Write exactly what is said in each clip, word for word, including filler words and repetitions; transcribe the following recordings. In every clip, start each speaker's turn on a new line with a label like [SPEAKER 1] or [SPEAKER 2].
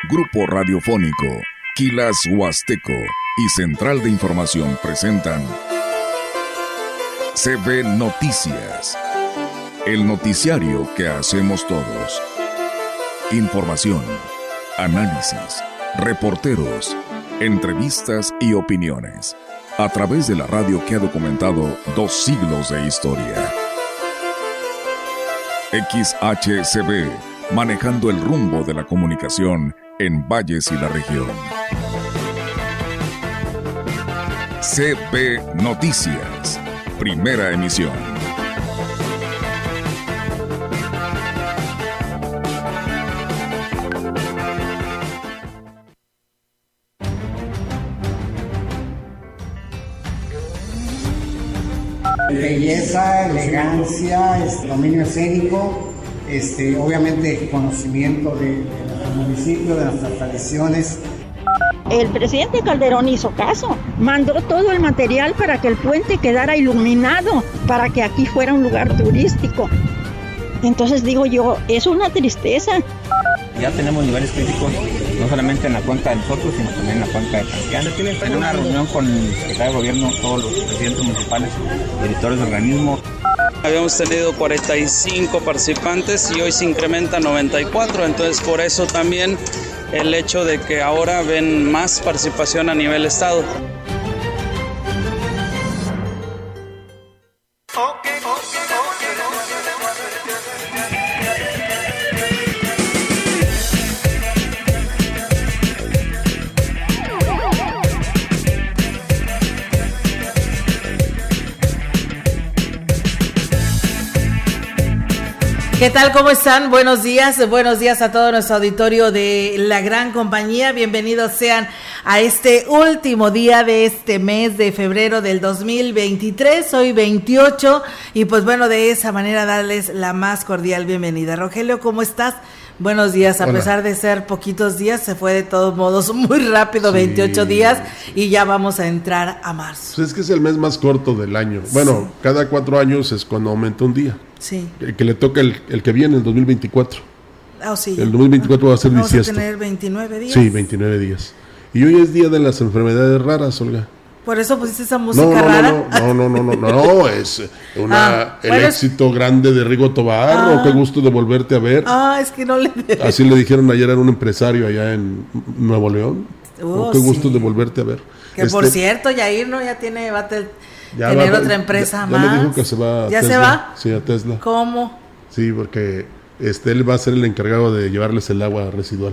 [SPEAKER 1] Grupo Radiofónico, Quilas Huasteco y Central de Información presentan C B Noticias, el noticiario que hacemos todos. Información, análisis, reporteros, entrevistas y opiniones, a través de la radio que ha documentado dos siglos de historia. X H C B, manejando el rumbo de la comunicación en Valles y la región. C B Noticias, primera emisión.
[SPEAKER 2] Belleza, elegancia, este, dominio escénico, este, obviamente conocimiento de, de nuestro municipio, de nuestras tradiciones.
[SPEAKER 3] El presidente Calderón hizo caso, mandó todo el material para que el puente quedara iluminado, para que aquí fuera un lugar turístico. Entonces digo yo, es una tristeza.
[SPEAKER 4] Ya tenemos niveles críticos, no solamente en la cuenca del Soto, sino también en la cuenca de Tanquián. En una reunión con el secretario de gobierno, todos los presidentes municipales, directores de organismos.
[SPEAKER 5] Habíamos tenido cuarenta y cinco participantes y hoy se incrementa a noventa y cuatro, entonces por eso también el hecho de que ahora ven más participación a nivel estado.
[SPEAKER 6] ¿Qué tal? ¿Cómo están? Buenos días, buenos días a todo nuestro auditorio de la gran compañía. Bienvenidos sean a este último día de este mes de febrero del dos mil veintitrés, hoy veintiocho, y pues bueno, de esa manera darles la más cordial bienvenida. Rogelio, ¿cómo estás? Buenos días, a Hola. Pesar de ser poquitos días, se fue de todos modos muy rápido, sí, veintiocho días, y ya vamos a entrar a marzo.
[SPEAKER 7] Pues es que es el mes más corto del año. Bueno, sí. Cada cuatro años es cuando aumenta un día.
[SPEAKER 6] Sí.
[SPEAKER 7] El que le toca el, el que viene, el dos mil veinticuatro.
[SPEAKER 6] Ah, oh, sí.
[SPEAKER 7] El dos mil veinticuatro va a ser
[SPEAKER 6] Vamos
[SPEAKER 7] bisiesto.
[SPEAKER 6] Vamos a tener veintinueve días.
[SPEAKER 7] Sí, veintinueve días. Y hoy es día de las enfermedades raras, Olga.
[SPEAKER 6] Por eso pusiste esa música
[SPEAKER 7] no, no,
[SPEAKER 6] rara.
[SPEAKER 7] No, no, no, no, no, no, no, es una, ah, el bueno, éxito grande de Rigo Tobar, ah, qué gusto de volverte a ver.
[SPEAKER 6] Ah, es que no le...
[SPEAKER 7] Así le dijeron ayer a un empresario allá en Nuevo León. Oh, qué gusto sí. de volverte a ver.
[SPEAKER 6] Que este, por cierto, Yair, ¿no? Ya tiene, va a te, ya tener va, otra empresa
[SPEAKER 7] ya,
[SPEAKER 6] más.
[SPEAKER 7] Ya me dijo que se va a
[SPEAKER 6] ¿Ya
[SPEAKER 7] Tesla.
[SPEAKER 6] se va?
[SPEAKER 7] Sí, a Tesla.
[SPEAKER 6] ¿Cómo?
[SPEAKER 7] Sí, porque este él va a ser el encargado de llevarles el agua residual.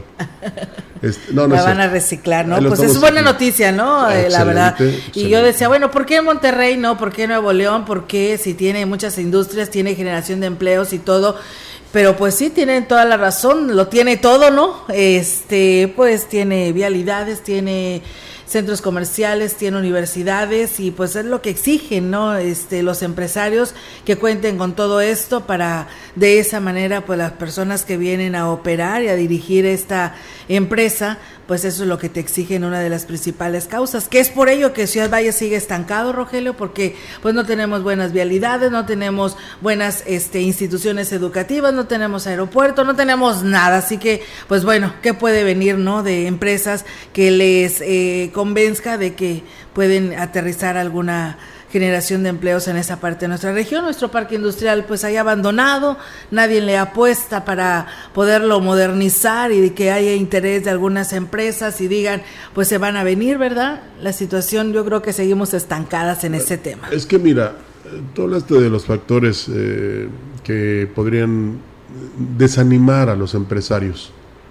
[SPEAKER 7] Este, no, no
[SPEAKER 6] la
[SPEAKER 7] sé.
[SPEAKER 6] van a reciclar, ¿no? Pues es buena noticia, ¿no? Eh, la verdad. Excelente. Y yo decía, bueno, ¿por qué Monterrey no? ¿Por qué Nuevo León? ¿Por qué si tiene muchas industrias, tiene generación de empleos y todo? Pero pues sí, tienen toda la razón, lo tiene todo, ¿no? Este, pues tiene vialidades, tiene centros comerciales, tiene universidades y pues es lo que exigen, ¿no? Este, los empresarios que cuenten con todo esto para de esa manera pues las personas que vienen a operar y a dirigir esta empresa, pues eso es lo que te exigen, una de las principales causas, que es por ello que Ciudad Valles sigue estancado, Rogelio, porque pues no tenemos buenas vialidades, no tenemos buenas este, instituciones educativas, no tenemos aeropuerto, no tenemos nada, así que pues bueno, ¿qué puede venir, no? De empresas que les eh, convenzca de que pueden aterrizar alguna generación de empleos en esa parte de nuestra región. Nuestro parque industrial pues ahí abandonado, nadie le apuesta para poderlo modernizar y de que haya interés de algunas empresas y digan pues se van a venir, ¿verdad? La situación, yo creo que seguimos estancadas en ese tema.
[SPEAKER 7] Es que mira, tú hablaste de los factores eh, que podrían desanimar a los empresarios,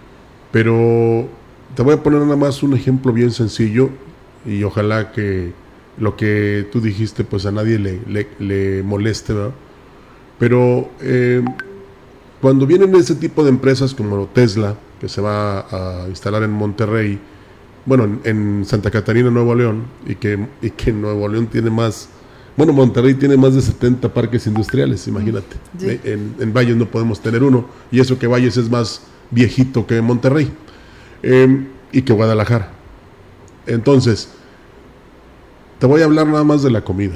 [SPEAKER 7] pero te voy a poner nada más un ejemplo bien sencillo y ojalá que lo que tú dijiste pues a nadie le, le, le moleste, ¿verdad? Pero eh, cuando vienen ese tipo de empresas como Tesla, que se va a instalar en Monterrey, bueno, en, en Santa Catarina, Nuevo León, y que, y que Nuevo León tiene más, bueno, Monterrey tiene más de setenta parques industriales, imagínate. Sí. En, en Valles no podemos tener uno, y eso que Valles es más viejito que Monterrey, eh, y que Guadalajara. Entonces, te voy a hablar nada más de la comida.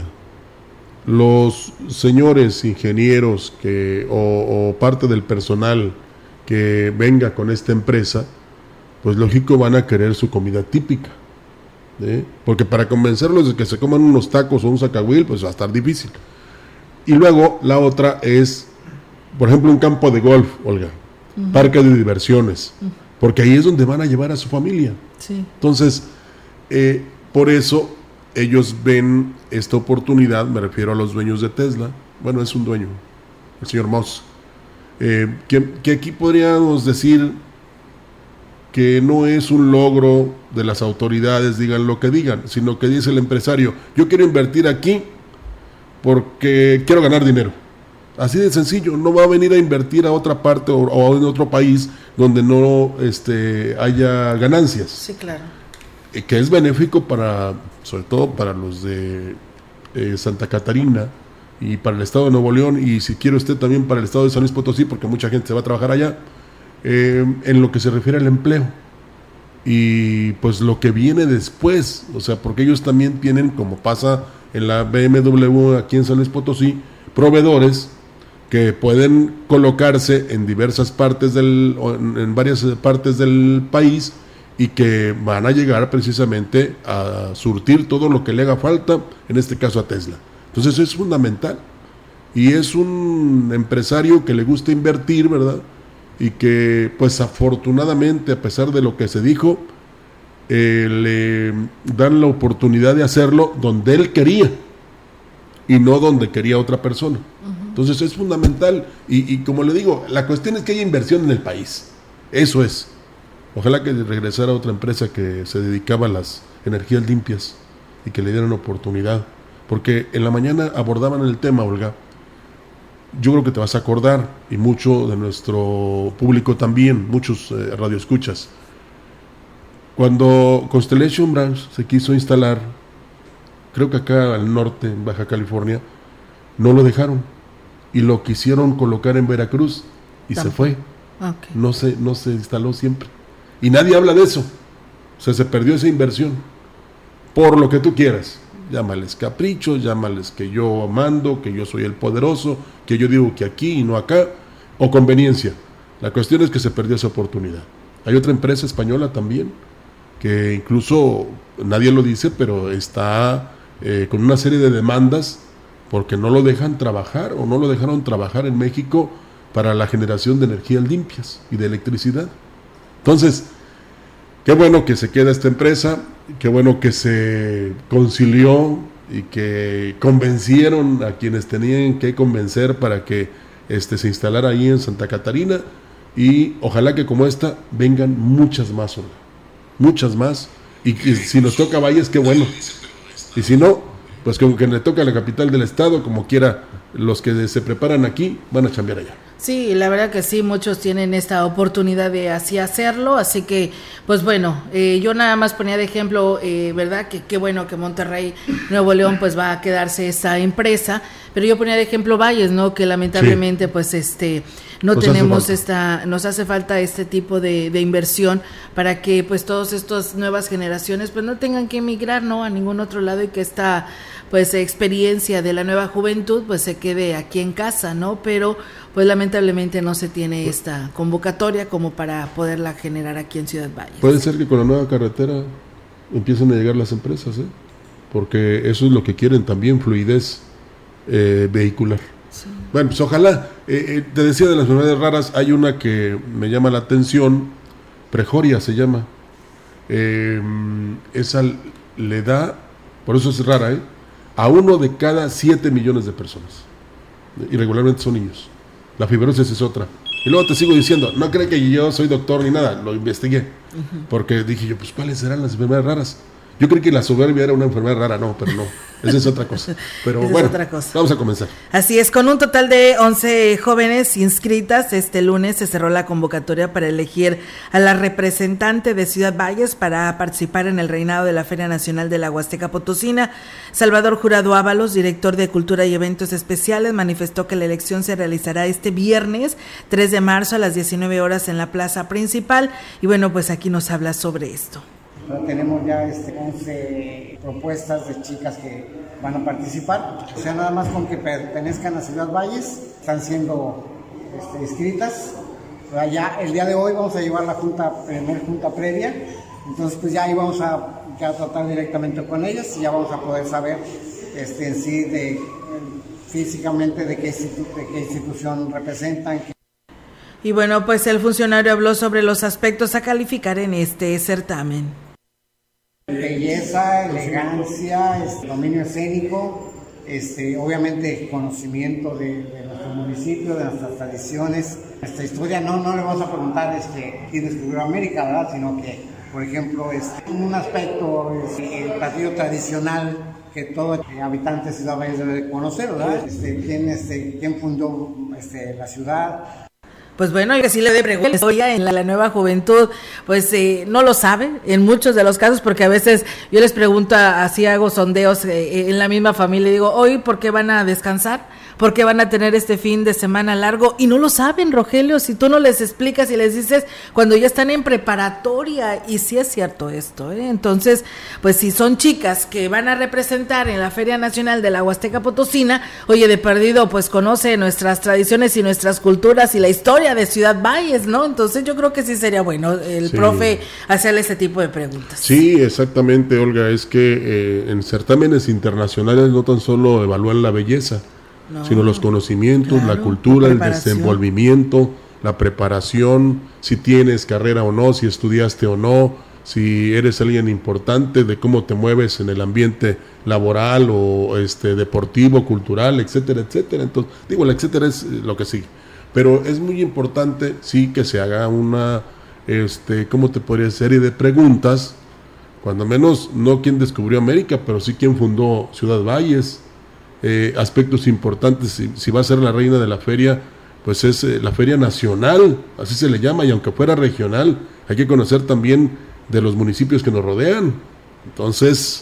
[SPEAKER 7] Los señores ingenieros que o, o parte del personal que venga con esta empresa, pues lógico van a querer su comida típica, ¿eh? Porque para convencerlos de que se coman unos tacos o un zacahuil, pues va a estar difícil. Y luego la otra es, por ejemplo, un campo de golf, Olga, uh-huh. parque de diversiones, uh-huh. porque ahí es donde van a llevar a su familia.
[SPEAKER 6] Sí.
[SPEAKER 7] Entonces, eh, por eso ellos ven esta oportunidad, me refiero a los dueños de Tesla, bueno, es un dueño, el señor Musk, eh, que, que aquí podríamos decir que no es un logro de las autoridades, digan lo que digan, sino que dice el empresario, yo quiero invertir aquí porque quiero ganar dinero. Así de sencillo, no va a venir a invertir a otra parte o, o en otro país donde no este, haya ganancias.
[SPEAKER 6] Sí, claro.
[SPEAKER 7] Eh, que es benéfico para, sobre todo para los de eh, Santa Catarina y para el estado de Nuevo León, y si quiere usted también para el estado de San Luis Potosí, porque mucha gente se va a trabajar allá, eh, en lo que se refiere al empleo. Y pues lo que viene después, o sea, porque ellos también tienen, como pasa en la B M W aquí en San Luis Potosí, proveedores que pueden colocarse en diversas partes del, en varias partes del país y que van a llegar precisamente a surtir todo lo que le haga falta, en este caso a Tesla. Entonces eso es fundamental, y es un empresario que le gusta invertir, ¿verdad? Y que pues afortunadamente, a pesar de lo que se dijo, eh, le dan la oportunidad de hacerlo donde él quería y no donde quería otra persona. Uh-huh. Entonces es fundamental, y, y como le digo, la cuestión es que haya inversión en el país, eso es. Ojalá que regresara otra empresa que se dedicaba a las energías limpias y que le dieran oportunidad, porque en la mañana abordaban el tema, Olga. Yo creo que te vas a acordar, y mucho de nuestro público también, muchos eh, radioescuchas, cuando Constellation Brands se quiso instalar, creo que acá al norte, en Baja California, no lo dejaron, y lo quisieron colocar en Veracruz, y Tampoco. se fue. Okay. No se, no se instaló siempre. Y nadie habla de eso. O sea, se perdió esa inversión. Por lo que tú quieras. Llámales caprichos, llámales que yo mando, que yo soy el poderoso, que yo digo que aquí y no acá, o conveniencia. La cuestión es que se perdió esa oportunidad. Hay otra empresa española también, que incluso nadie lo dice, pero está eh, con una serie de demandas porque no lo dejan trabajar o no lo dejaron trabajar en México para la generación de energías limpias y de electricidad. Entonces, qué bueno que se queda esta empresa, qué bueno que se concilió y que convencieron a quienes tenían que convencer para que este, se instalara ahí en Santa Catarina, y ojalá que como esta vengan muchas más, Olga, muchas más, y, y si nos toca Valles, qué bueno, y si no, pues como que le toca a la capital del estado, como quiera, los que se preparan aquí van a chambear allá.
[SPEAKER 6] Sí, la verdad que sí, muchos tienen esta oportunidad de así hacerlo, así que, pues bueno, eh, yo nada más ponía de ejemplo, eh, ¿verdad? Que qué bueno que Monterrey, Nuevo León, pues va a quedarse esa empresa, pero yo ponía de ejemplo Valles, ¿no? Que lamentablemente, sí. pues este, no nos tenemos esta, nos hace falta este tipo de, de inversión para que, pues, todas estas nuevas generaciones, pues, no tengan que emigrar, ¿no? A ningún otro lado, y que esta, pues, experiencia de la nueva juventud, pues, se quede aquí en casa, ¿no? Pero pues lamentablemente no se tiene esta convocatoria como para poderla generar aquí en Ciudad Valles.
[SPEAKER 7] Puede ser que con la nueva carretera empiecen a llegar las empresas, ¿eh? Porque eso es lo que quieren también, fluidez eh, vehicular. Sí. Bueno, pues ojalá. Eh, eh, te decía de las enfermedades raras, hay una que me llama la atención, prejoria se llama. Eh, esa le da, por eso es rara, ¿eh? A uno de cada siete millones de personas. Y regularmente son niños. La fibrosis es otra. Y luego te sigo diciendo, no cree que yo soy doctor ni nada, lo investigué. Uh-huh. Porque dije yo, pues ¿cuáles serán las enfermedades raras? Yo creí que la soberbia era una enfermedad rara, no, pero no. Esa es otra cosa. Pero Esa bueno, es otra cosa. Vamos a comenzar.
[SPEAKER 6] Así es, con un total de once jóvenes inscritas, este lunes se cerró la convocatoria para elegir a la representante de Ciudad Valles para participar en el reinado de la Feria Nacional de la Huasteca Potosina. Salvador Jurado Ábalos, director de Cultura y Eventos Especiales, manifestó que la elección se realizará este viernes tres de marzo a las diecinueve horas en la plaza principal. Y bueno, pues aquí nos habla sobre esto.
[SPEAKER 2] Tenemos ya este, once propuestas de chicas que van a participar, o sea, nada más con que pertenezcan a Ciudad Valles, están siendo este, inscritas, Ya el día de hoy vamos a llevar la junta, primer junta previa, entonces pues ya ahí vamos a ya tratar directamente con ellos y ya vamos a poder saber este, en sí de, físicamente de qué, institu- de qué institución representan.
[SPEAKER 6] Y bueno, pues el funcionario habló sobre los aspectos a calificar en este certamen.
[SPEAKER 2] Belleza, elegancia, este, dominio escénico, este, obviamente conocimiento de, de nuestro municipio, de nuestras tradiciones. Nuestra historia no, no le vamos a preguntar este, quién descubrió América, ¿verdad? Sino que, por ejemplo, este, un aspecto, este, el platillo tradicional que todo habitante de Ciudad Valles debe conocer, ¿verdad? Este, quién, este, quién fundó este, la ciudad.
[SPEAKER 6] Pues bueno, y que sí le dé preguntas hoy en la, la nueva juventud, pues eh, no lo sabe en muchos de los casos, porque a veces yo les pregunto, así hago sondeos eh, en la misma familia, y digo, hoy, ¿por qué van a descansar? ¿Por qué van a tener este fin de semana largo? Y no lo saben, Rogelio, si tú no les explicas y les dices cuando ya están en preparatoria, y sí es cierto esto, ¿eh? Entonces, pues si son chicas que van a representar en la Feria Nacional de la Huasteca Potosina, oye, de perdido, pues conoce nuestras tradiciones y nuestras culturas y la historia de Ciudad Valles, ¿no? Entonces yo creo que sí sería bueno el sí. profe hacerle ese tipo de preguntas.
[SPEAKER 7] Sí, exactamente, Olga, es que eh, en certámenes internacionales no tan solo evalúan la belleza, no, sino los conocimientos, claro, la cultura, la el desenvolvimiento, la preparación, si tienes carrera o no, si estudiaste o no, si eres alguien importante, de cómo te mueves en el ambiente laboral o este deportivo, cultural, etcétera, etcétera. Entonces, digo, el etcétera es lo que sigue. Pero es muy importante, sí, que se haga una, este, ¿cómo te podría decir? Serie de preguntas, cuando menos, no quién descubrió América, pero sí quién fundó Ciudad Valles, eh, aspectos importantes, si, si va a ser la reina de la feria, pues es eh, la feria nacional, así se le llama, y aunque fuera regional, hay que conocer también de los municipios que nos rodean. Entonces,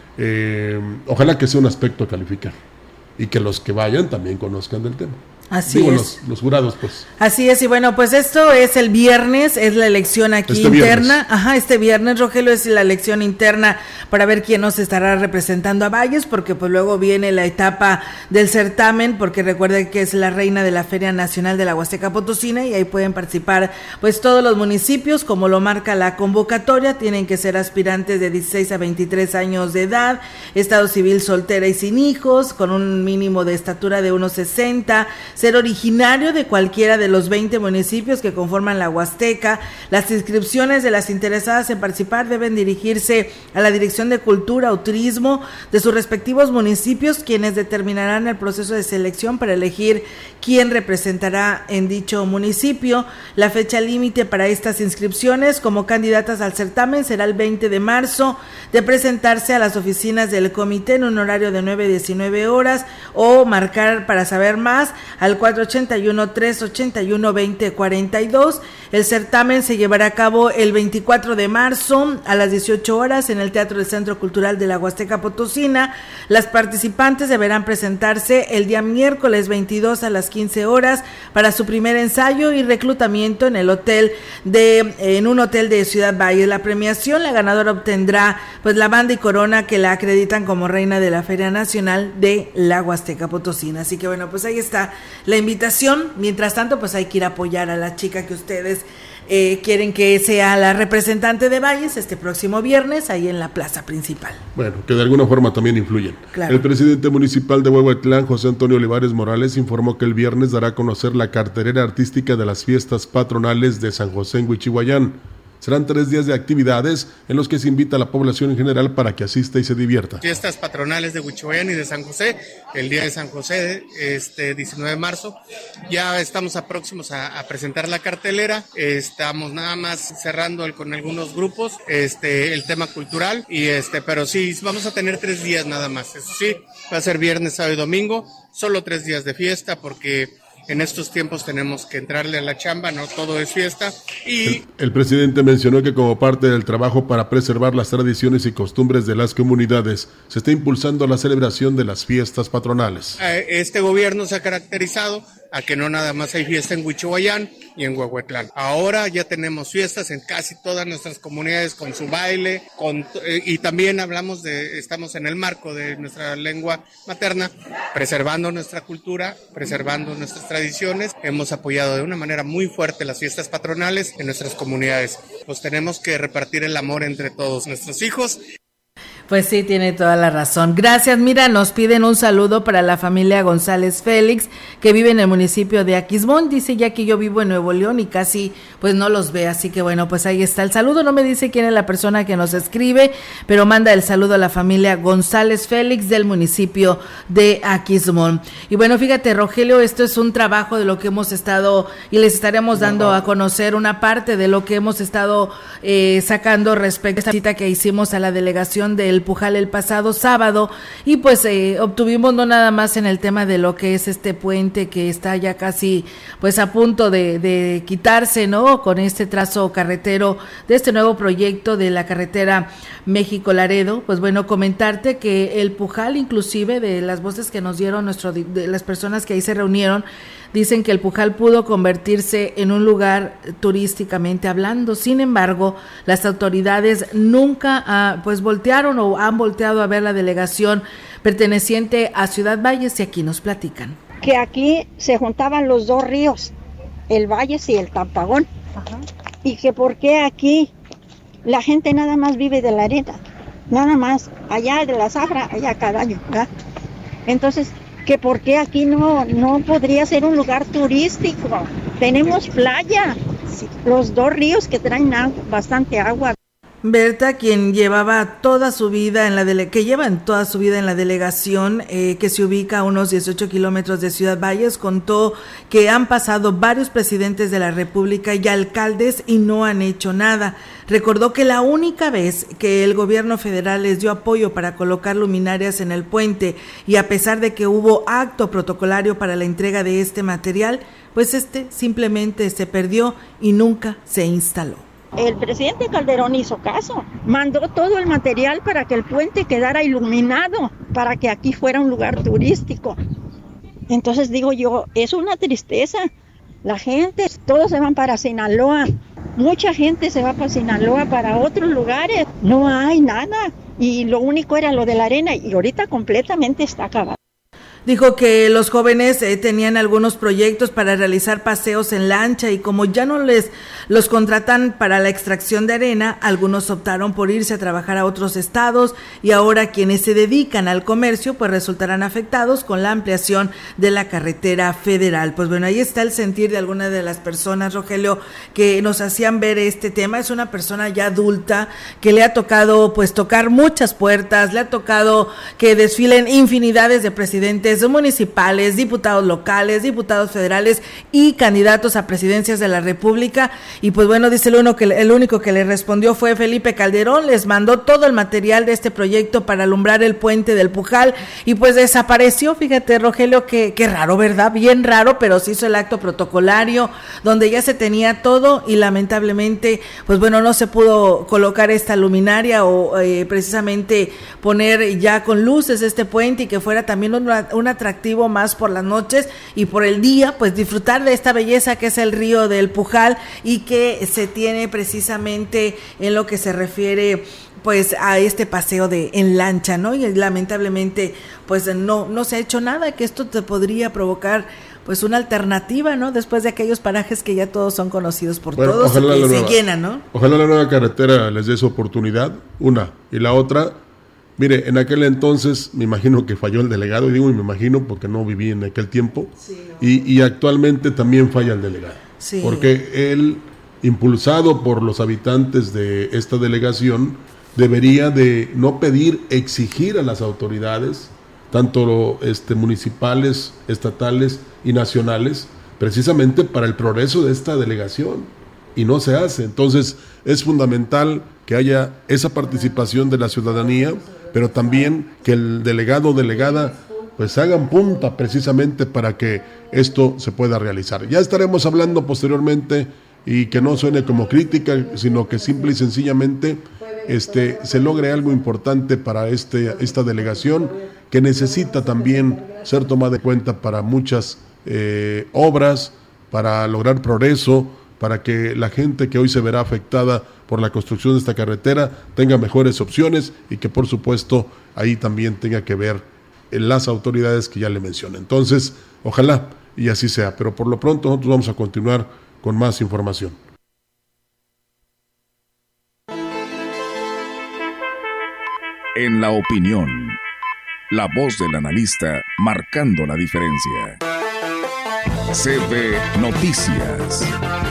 [SPEAKER 7] eh, ojalá que sea un aspecto a calificar, y que los que vayan también conozcan del tema.
[SPEAKER 6] Así
[SPEAKER 7] Digo,
[SPEAKER 6] es.
[SPEAKER 7] Los, los jurados, pues.
[SPEAKER 6] Así es, y bueno, pues esto es el viernes, es la elección aquí este interna. Viernes. Ajá, este viernes, Rogelio, es la elección interna para ver quién nos estará representando a Valles, porque pues luego viene la etapa del certamen, porque recuerden que es la reina de la Feria Nacional de la Huasteca Potosina, y ahí pueden participar pues todos los municipios, como lo marca la convocatoria. Tienen que ser aspirantes de dieciséis a veintitrés años de edad, estado civil soltera y sin hijos, con un mínimo de estatura de uno sesenta, ser originario de cualquiera de los veinte municipios que conforman la Huasteca. Las inscripciones de las interesadas en participar deben dirigirse a la Dirección de Cultura o Turismo de sus respectivos municipios, quienes determinarán el proceso de selección para elegir quién representará en dicho municipio. La fecha límite para estas inscripciones como candidatas al certamen será el veinte de marzo, de presentarse a las oficinas del comité en un horario de nueve a diecinueve horas, o marcar para saber más al cuatro ochenta y uno, tres ochenta y uno, veinte cuarenta y dos. El certamen se llevará a cabo el veinticuatro de marzo a las dieciocho horas en el Teatro del Centro Cultural de la Huasteca Potosina. Las participantes deberán presentarse el día miércoles veintidós a las quince horas para su primer ensayo y reclutamiento en el hotel de en un hotel de Ciudad Valles. La premiación, la ganadora obtendrá pues la banda y corona que la acreditan como reina de la Feria Nacional de la Huasteca Potosina. Así que bueno, pues ahí está la invitación. Mientras tanto, pues hay que ir a apoyar a la chica que ustedes eh, quieren que sea la representante de Valles este próximo viernes ahí en la plaza principal.
[SPEAKER 7] Bueno, que de alguna forma también influyen.
[SPEAKER 6] Claro.
[SPEAKER 7] El presidente municipal de Huehuetlán, José Antonio Olivares Morales, informó que el viernes dará a conocer la cartelera artística de las fiestas patronales de San José en Huichihuayán. Serán tres días de actividades en los que se invita a la población en general para que asista y se divierta.
[SPEAKER 8] Fiestas patronales de Huichihuayán y de San José, el día de San José, este diecinueve de marzo. Ya estamos a próximos a, a presentar la cartelera. Estamos nada más cerrando el, con algunos grupos este el tema cultural y este, pero sí vamos a tener tres días nada más. Eso sí, va a ser viernes, sábado y domingo, solo tres días de fiesta porque en estos tiempos tenemos que entrarle a la chamba, no todo es fiesta. Y
[SPEAKER 7] el, el presidente mencionó que como parte del trabajo para preservar las tradiciones y costumbres de las comunidades, se está impulsando la celebración de las fiestas patronales.
[SPEAKER 8] Este gobierno se ha caracterizado a que no nada más hay fiesta en Huichihuayán y en Huehuetlán. Ahora ya tenemos fiestas en casi todas nuestras comunidades con su baile, con, eh, y también hablamos de, estamos en el marco de nuestra lengua materna, preservando nuestra cultura, preservando nuestras tradiciones. Hemos apoyado de una manera muy fuerte las fiestas patronales en nuestras comunidades. Pues tenemos que repartir el amor entre todos nuestros hijos.
[SPEAKER 6] Pues sí, tiene toda la razón. Gracias. Mira, nos piden un saludo para la familia González Félix, que vive en el municipio de Aquismón. Dice ya que yo vivo en Nuevo León y casi pues no los ve, así que bueno, pues ahí está el saludo. No me dice quién es la persona que nos escribe, pero manda el saludo a la familia González Félix del municipio de Aquismón. Y bueno, fíjate, Rogelio, esto es un trabajo de lo que hemos estado, y les estaremos dando a conocer una parte de lo que hemos estado eh, sacando respecto a esta cita que hicimos a la delegación de El Pujal el pasado sábado, y pues eh, obtuvimos no nada más en el tema de lo que es este puente que está ya casi pues a punto de, de quitarse, ¿no? Con este trazo carretero de este nuevo proyecto de la carretera México-Laredo. Pues bueno, comentarte que El Pujal, inclusive de las voces que nos dieron nuestro, de las personas que ahí se reunieron, dicen que El Pujal pudo convertirse en un lugar turísticamente hablando. Sin embargo, las autoridades nunca ah, pues voltearon o han volteado a ver la delegación perteneciente a Ciudad Valles, y aquí nos platican.
[SPEAKER 3] Que aquí se juntaban los dos ríos, el Valles y el Tampagón. Ajá. Y que por qué aquí la gente nada más vive de la arena, nada más, allá de la zafra, allá cada año, ¿verdad? Entonces, que por qué aquí no, no podría ser un lugar turístico. Tenemos playa, los dos ríos que traen agua, bastante agua.
[SPEAKER 6] Berta, quien llevaba toda su vida en la dele- que lleva en toda su vida en la delegación, eh, que se ubica a unos dieciocho kilómetros de Ciudad Valles, contó que han pasado varios presidentes de la República y alcaldes y no han hecho nada. Recordó que la única vez que el gobierno federal les dio apoyo para colocar luminarias en el puente, y a pesar de que hubo acto protocolario para la entrega de este material, pues este simplemente se perdió y nunca se instaló.
[SPEAKER 3] El presidente Calderón hizo caso, mandó todo el material para que el puente quedara iluminado, para que aquí fuera un lugar turístico. Entonces digo yo, es una tristeza. La gente, todos se van para Sinaloa, mucha gente se va para Sinaloa, para otros lugares, no hay nada. Y lo único era lo de la arena, y ahorita completamente está acabado.
[SPEAKER 6] Dijo que los jóvenes eh, tenían algunos proyectos para realizar paseos en lancha, y como ya no les los contratan para la extracción de arena, algunos optaron por irse a trabajar a otros estados, y ahora quienes se dedican al comercio pues resultarán afectados con la ampliación de la carretera federal. Pues bueno, ahí está el sentir de algunas de las personas, Rogelio, que nos hacían ver este tema. Es una persona ya adulta que le ha tocado pues tocar muchas puertas, le ha tocado que desfilen infinidades de presidentes municipales, diputados locales, diputados federales y candidatos a presidencias de la República. Y pues bueno, dice el, uno que, el único que le respondió fue Felipe Calderón. Les mandó todo el material de este proyecto para alumbrar el puente del Pujal, y pues desapareció. Fíjate, Rogelio, que, que raro, ¿verdad? Bien raro, pero se hizo el acto protocolario donde ya se tenía todo, y lamentablemente pues bueno, no se pudo colocar esta luminaria o eh, precisamente poner ya con luces este puente, y que fuera también una, una un atractivo más por las noches, y por el día pues disfrutar de esta belleza que es el río del Pujal, y que se tiene precisamente en lo que se refiere pues a este paseo de en lancha, ¿no? Y lamentablemente pues no no se ha hecho nada, que esto te podría provocar pues una alternativa, ¿no? Después de aquellos parajes que ya todos son conocidos por bueno, todos, y que se llenan, ¿no?
[SPEAKER 7] Ojalá la nueva carretera les dé su oportunidad, una, y la otra. Mire, en aquel entonces me imagino que falló el delegado, y digo y me imagino porque no viví en aquel tiempo, sí, no. y, y actualmente también falla el delegado, sí. Porque él, impulsado por los habitantes de esta delegación, debería de no pedir, exigir a las autoridades, tanto este, municipales, estatales y nacionales, precisamente para el progreso de esta delegación, y no se hace. Entonces es fundamental que haya esa participación de la ciudadanía, pero también que el delegado o delegada pues hagan punta precisamente para que esto se pueda realizar. Ya estaremos hablando posteriormente, y que no suene como crítica, sino que simple y sencillamente este, se logre algo importante para este, esta delegación, que necesita también ser tomada en cuenta para muchas eh, obras, para lograr progreso, para que la gente que hoy se verá afectada por la construcción de esta carretera tenga mejores opciones y que por supuesto ahí también tenga que ver en las autoridades que ya le mencioné. Entonces, ojalá y así sea, pero por lo pronto nosotros vamos a continuar con más información.
[SPEAKER 1] En la opinión, la voz del analista marcando la diferencia. C B Noticias.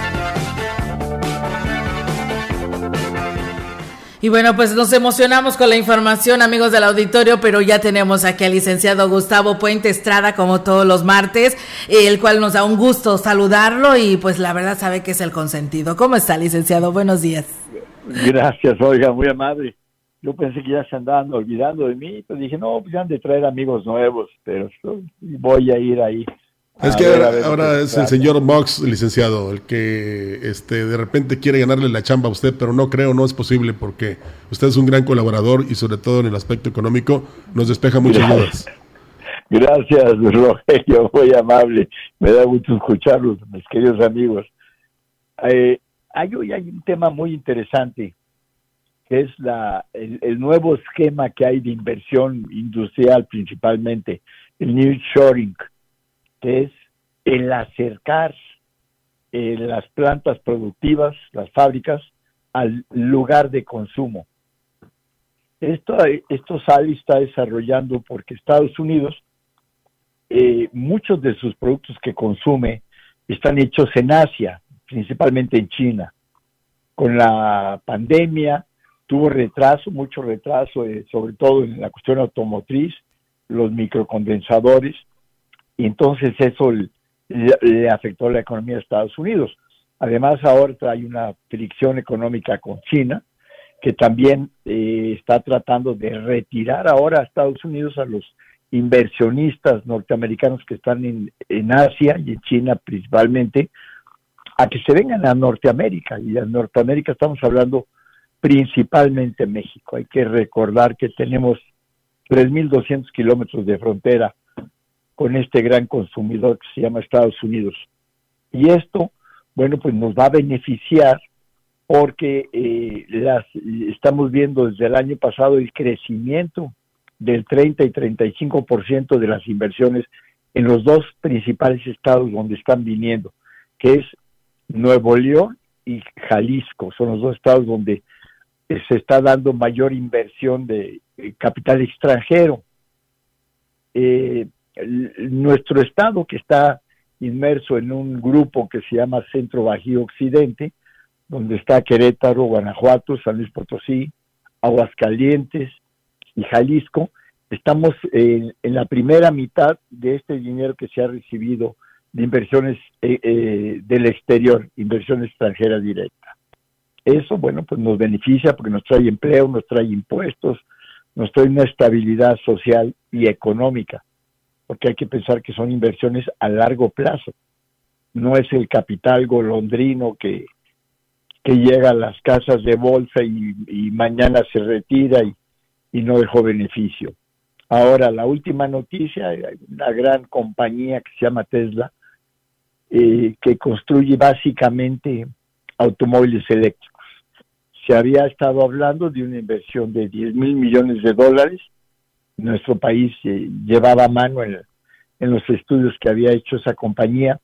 [SPEAKER 6] Y bueno, pues nos emocionamos con la información, amigos del auditorio, pero ya tenemos aquí al licenciado Gustavo Puente Estrada, como todos los martes, el cual nos da un gusto saludarlo y pues la verdad sabe que es el consentido. ¿Cómo está, licenciado? Buenos días.
[SPEAKER 9] Gracias, oiga, muy amable. Yo pensé que ya se andaban olvidando de mí, pues dije, no, pues ya han de traer amigos nuevos, pero voy a ir ahí.
[SPEAKER 7] Es que ver, ahora, ahora es el señor Mox, licenciado, el que este de repente quiere ganarle la chamba a usted, pero no creo, no es posible, porque usted es un gran colaborador y sobre todo en el aspecto económico nos despeja muchas dudas.
[SPEAKER 9] Gracias, Rogelio, muy amable, me da gusto escucharlos, mis queridos amigos. Eh, hay hoy hay un tema muy interesante, que es la el, el nuevo esquema que hay de inversión industrial principalmente, el nearshoring, que es el acercar eh, las plantas productivas, las fábricas, al lugar de consumo. Esto, esto sale y está desarrollando porque Estados Unidos, eh, muchos de sus productos que consume están hechos en Asia, principalmente en China. Con la pandemia tuvo retraso, mucho retraso, eh, sobre todo en la cuestión automotriz, los microcondensadores, y entonces eso le, le afectó la economía de Estados Unidos. Además, ahora hay una fricción económica con China, que también eh, está tratando de retirar ahora a Estados Unidos a los inversionistas norteamericanos que están en, en Asia y en China principalmente, a que se vengan a Norteamérica. Y a Norteamérica estamos hablando principalmente México. Hay que recordar que tenemos tres mil doscientos kilómetros de frontera con este gran consumidor que se llama Estados Unidos. Y esto, bueno, pues nos va a beneficiar porque eh, las estamos viendo desde el año pasado el crecimiento del treinta y treinta y cinco por ciento de las inversiones en los dos principales estados donde están viniendo, que es Nuevo León y Jalisco. Son los dos estados donde eh, se está dando mayor inversión de eh, capital extranjero. Eh, El, nuestro estado, que está inmerso en un grupo que se llama Centro Bajío Occidente, donde está Querétaro, Guanajuato, San Luis Potosí, Aguascalientes y Jalisco, estamos en, en la primera mitad de este dinero que se ha recibido de inversiones eh, eh, del exterior, inversión extranjera directa. Eso, bueno, pues nos beneficia porque nos trae empleo, nos trae impuestos, nos trae una estabilidad social y económica, porque hay que pensar que son inversiones a largo plazo. No es el capital golondrino que, que llega a las casas de bolsa y, y mañana se retira y, y no dejó beneficio. Ahora, la última noticia, hay una gran compañía que se llama Tesla, eh, que construye básicamente automóviles eléctricos. Se había estado hablando de una inversión de diez mil millones de dólares. Nuestro país eh, llevaba mano en, en los estudios que había hecho esa compañía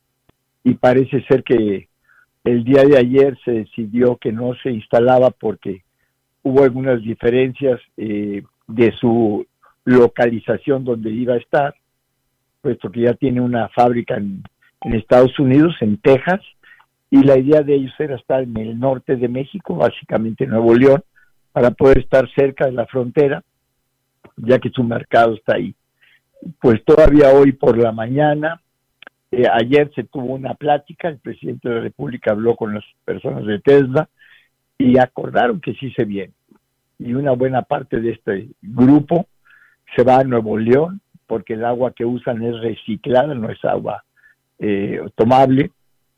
[SPEAKER 9] y parece ser que el día de ayer se decidió que no se instalaba porque hubo algunas diferencias eh, de su localización donde iba a estar, puesto que ya tiene una fábrica en, en Estados Unidos, en Texas, y la idea de ellos era estar en el norte de México, básicamente en Nuevo León, para poder estar cerca de la frontera, ya que su mercado está ahí. Pues todavía hoy por la mañana, eh, ayer se tuvo una plática, el presidente de la República habló con las personas de Tesla y acordaron que sí se viene. Y una buena parte de este grupo se va a Nuevo León, porque el agua que usan es reciclada, no es agua eh, tomable,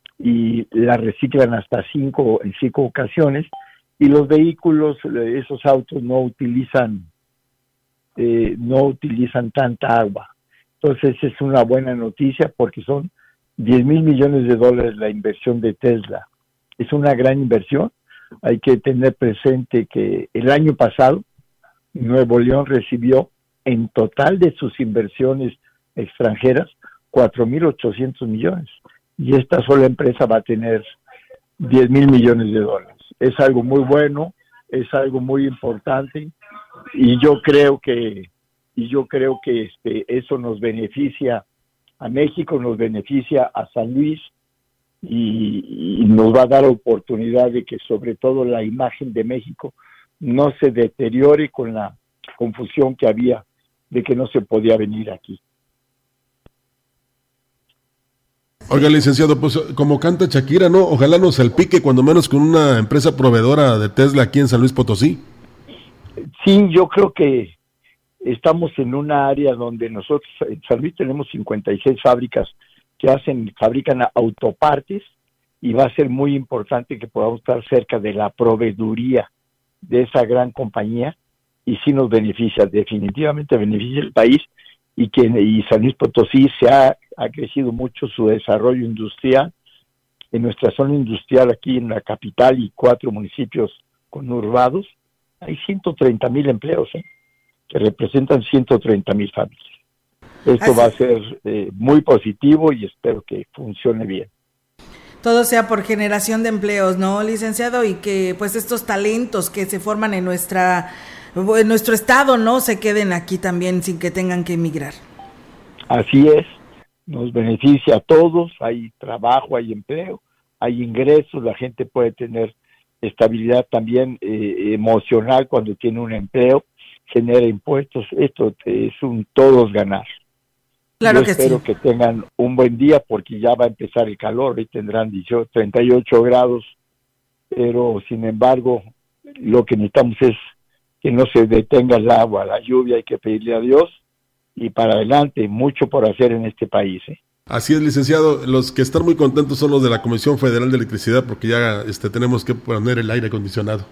[SPEAKER 9] y la reciclan hasta cinco, en cinco ocasiones, y los vehículos, esos autos no utilizan Eh, no utilizan tanta agua. Entonces es una buena noticia porque son diez mil millones de dólares la inversión de Tesla. Es una gran inversión. Hay que tener presente que el año pasado Nuevo León recibió en total de sus inversiones extranjeras cuatro mil ochocientos millones y esta sola empresa va a tener diez mil millones de dólares. Es algo muy bueno, es algo muy importante y yo creo que y yo creo que este eso nos beneficia a México, nos beneficia a San Luis y, y nos va a dar oportunidad de que sobre todo la imagen de México no se deteriore con la confusión que había de que no se podía venir aquí.
[SPEAKER 7] Oiga, licenciado, pues como canta Shakira, ¿no? Ojalá nos salpique cuando menos con una empresa proveedora de Tesla aquí en San Luis Potosí.
[SPEAKER 9] Sí, yo creo que estamos en una área donde nosotros en San Luis tenemos cincuenta y seis fábricas que hacen, fabrican autopartes y va a ser muy importante que podamos estar cerca de la proveeduría de esa gran compañía y sí nos beneficia, definitivamente beneficia el país y que y San Luis Potosí se ha, ha crecido mucho su desarrollo industrial. En nuestra zona industrial aquí en la capital y cuatro municipios conurbados hay ciento treinta mil empleos, ¿eh? que representan ciento treinta mil familias. Esto Así. va a ser eh, muy positivo y espero que funcione bien.
[SPEAKER 6] Todo sea por generación de empleos, ¿no, licenciado? Y que pues estos talentos que se forman en nuestra en nuestro estado, ¿no? Se queden aquí también sin que tengan que emigrar.
[SPEAKER 9] Así es, nos beneficia a todos, hay trabajo, hay empleo, hay ingresos, la gente puede tener estabilidad también eh, emocional cuando tiene un empleo, genera impuestos, esto es un todos ganar.
[SPEAKER 6] Claro
[SPEAKER 9] Yo
[SPEAKER 6] que
[SPEAKER 9] espero
[SPEAKER 6] sí.
[SPEAKER 9] que tengan un buen día porque ya va a empezar el calor y tendrán dieciocho, treinta y ocho grados, pero sin embargo lo que necesitamos es que no se detenga el agua, la lluvia, hay que pedirle a Dios y para adelante, mucho por hacer en este país. ¿eh?
[SPEAKER 7] Así es, licenciado, los que están muy contentos son los de la Comisión Federal de Electricidad porque ya este, tenemos que poner el aire acondicionado.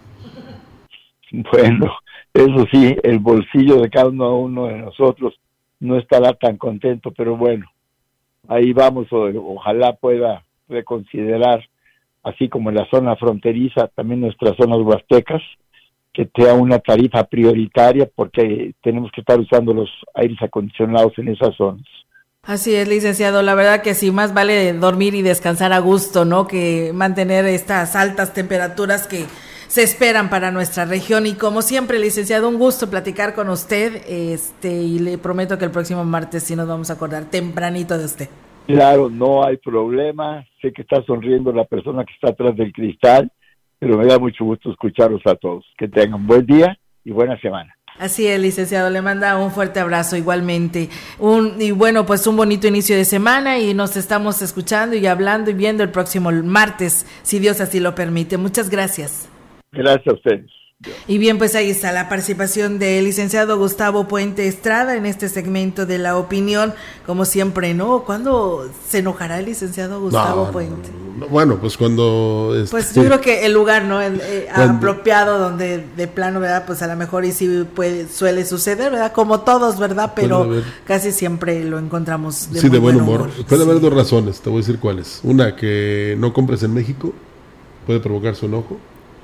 [SPEAKER 9] Bueno, eso sí, el bolsillo de cada uno de nosotros no estará tan contento, pero bueno, ahí vamos, o, ojalá pueda reconsiderar, así como en la zona fronteriza, también nuestras zonas huastecas, que sea una tarifa prioritaria porque tenemos que estar usando los aires acondicionados en esas zonas.
[SPEAKER 6] Así es, licenciado, la verdad que sí, más vale dormir y descansar a gusto, ¿no? Que mantener estas altas temperaturas que se esperan para nuestra región. Y como siempre, licenciado, un gusto platicar con usted, este y le prometo que el próximo martes sí nos vamos a acordar tempranito de usted.
[SPEAKER 9] Claro, no hay problema, sé que está sonriendo la persona que está atrás del cristal, pero me da mucho gusto escucharlos a todos. Que tengan buen día y buena semana.
[SPEAKER 6] Así es, licenciado, le manda un fuerte abrazo igualmente. Un, y bueno, pues un bonito inicio de semana y nos estamos escuchando y hablando y viendo el próximo martes, si Dios así lo permite. Muchas gracias.
[SPEAKER 9] Gracias a ustedes.
[SPEAKER 6] Y bien, pues ahí está la participación del licenciado Gustavo Puente Estrada en este segmento de La Opinión, como siempre, ¿no? ¿Cuándo se enojará el licenciado Gustavo
[SPEAKER 7] no,
[SPEAKER 6] Puente?
[SPEAKER 7] No, no, bueno, pues cuando... Este,
[SPEAKER 6] pues yo creo que el lugar, ¿no? El, eh, apropiado donde de plano, ¿verdad? Pues a lo mejor y sí puede, suele suceder, ¿verdad? Como todos, ¿verdad? Pero casi siempre lo encontramos
[SPEAKER 7] de sí, muy de buen humor. humor. Puede
[SPEAKER 6] sí.
[SPEAKER 7] haber dos razones, te voy a decir cuáles. Una, que no compres en México, puede provocar su enojo.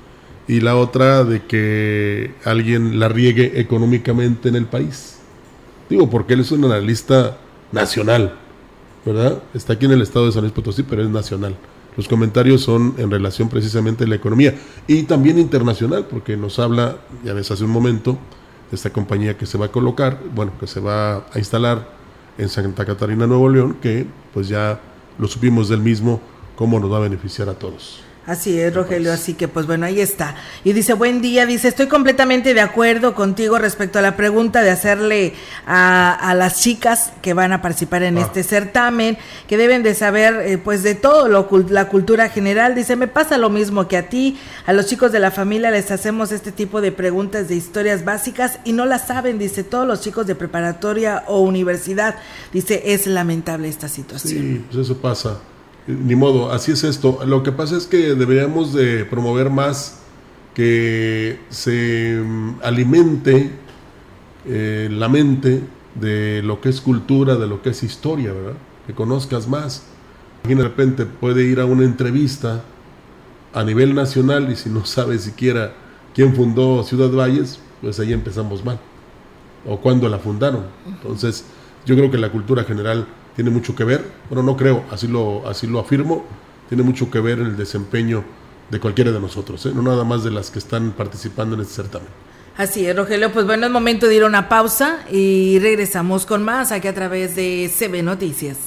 [SPEAKER 7] Y la otra de que alguien la riegue económicamente en el país. Digo, porque él es un analista nacional, ¿verdad? Está aquí en el estado de San Luis Potosí, pero es nacional. Los comentarios son en relación precisamente a la economía y también internacional, porque nos habla, ya ves hace un momento, de esta compañía que se va a colocar, bueno, que se va a instalar en Santa Catarina, Nuevo León, que pues ya lo supimos del mismo, cómo nos va a beneficiar a todos.
[SPEAKER 6] Así es, Rogelio, así que pues bueno, ahí está. Y dice, buen día, dice, estoy completamente de acuerdo contigo respecto a la pregunta de hacerle a, a las chicas que van a participar en ah. este certamen, que deben de saber eh, pues de todo lo la cultura general. Dice, me pasa lo mismo que a ti, a los chicos de la familia les hacemos este tipo de preguntas de historias básicas y no las saben, dice, todos los chicos de preparatoria o universidad. Dice, es lamentable esta situación.
[SPEAKER 7] Sí, pues eso pasa. Ni modo, así es esto. Lo que pasa es que deberíamos de promover más que se alimente eh, la mente de lo que es cultura, de lo que es historia, ¿verdad? Que conozcas más. Y de repente puede ir a una entrevista a nivel nacional y si no sabe siquiera quién fundó Ciudad Valles, pues ahí empezamos mal. O cuándo la fundaron. Entonces, yo creo que la cultura general tiene mucho que ver, bueno, no creo, así lo, así lo afirmo, tiene mucho que ver en el desempeño de cualquiera de nosotros, ¿eh? No nada más de las que están participando en este certamen.
[SPEAKER 6] Así es, Rogelio, pues bueno, es momento de ir a una pausa y regresamos con más aquí a través de C B Noticias.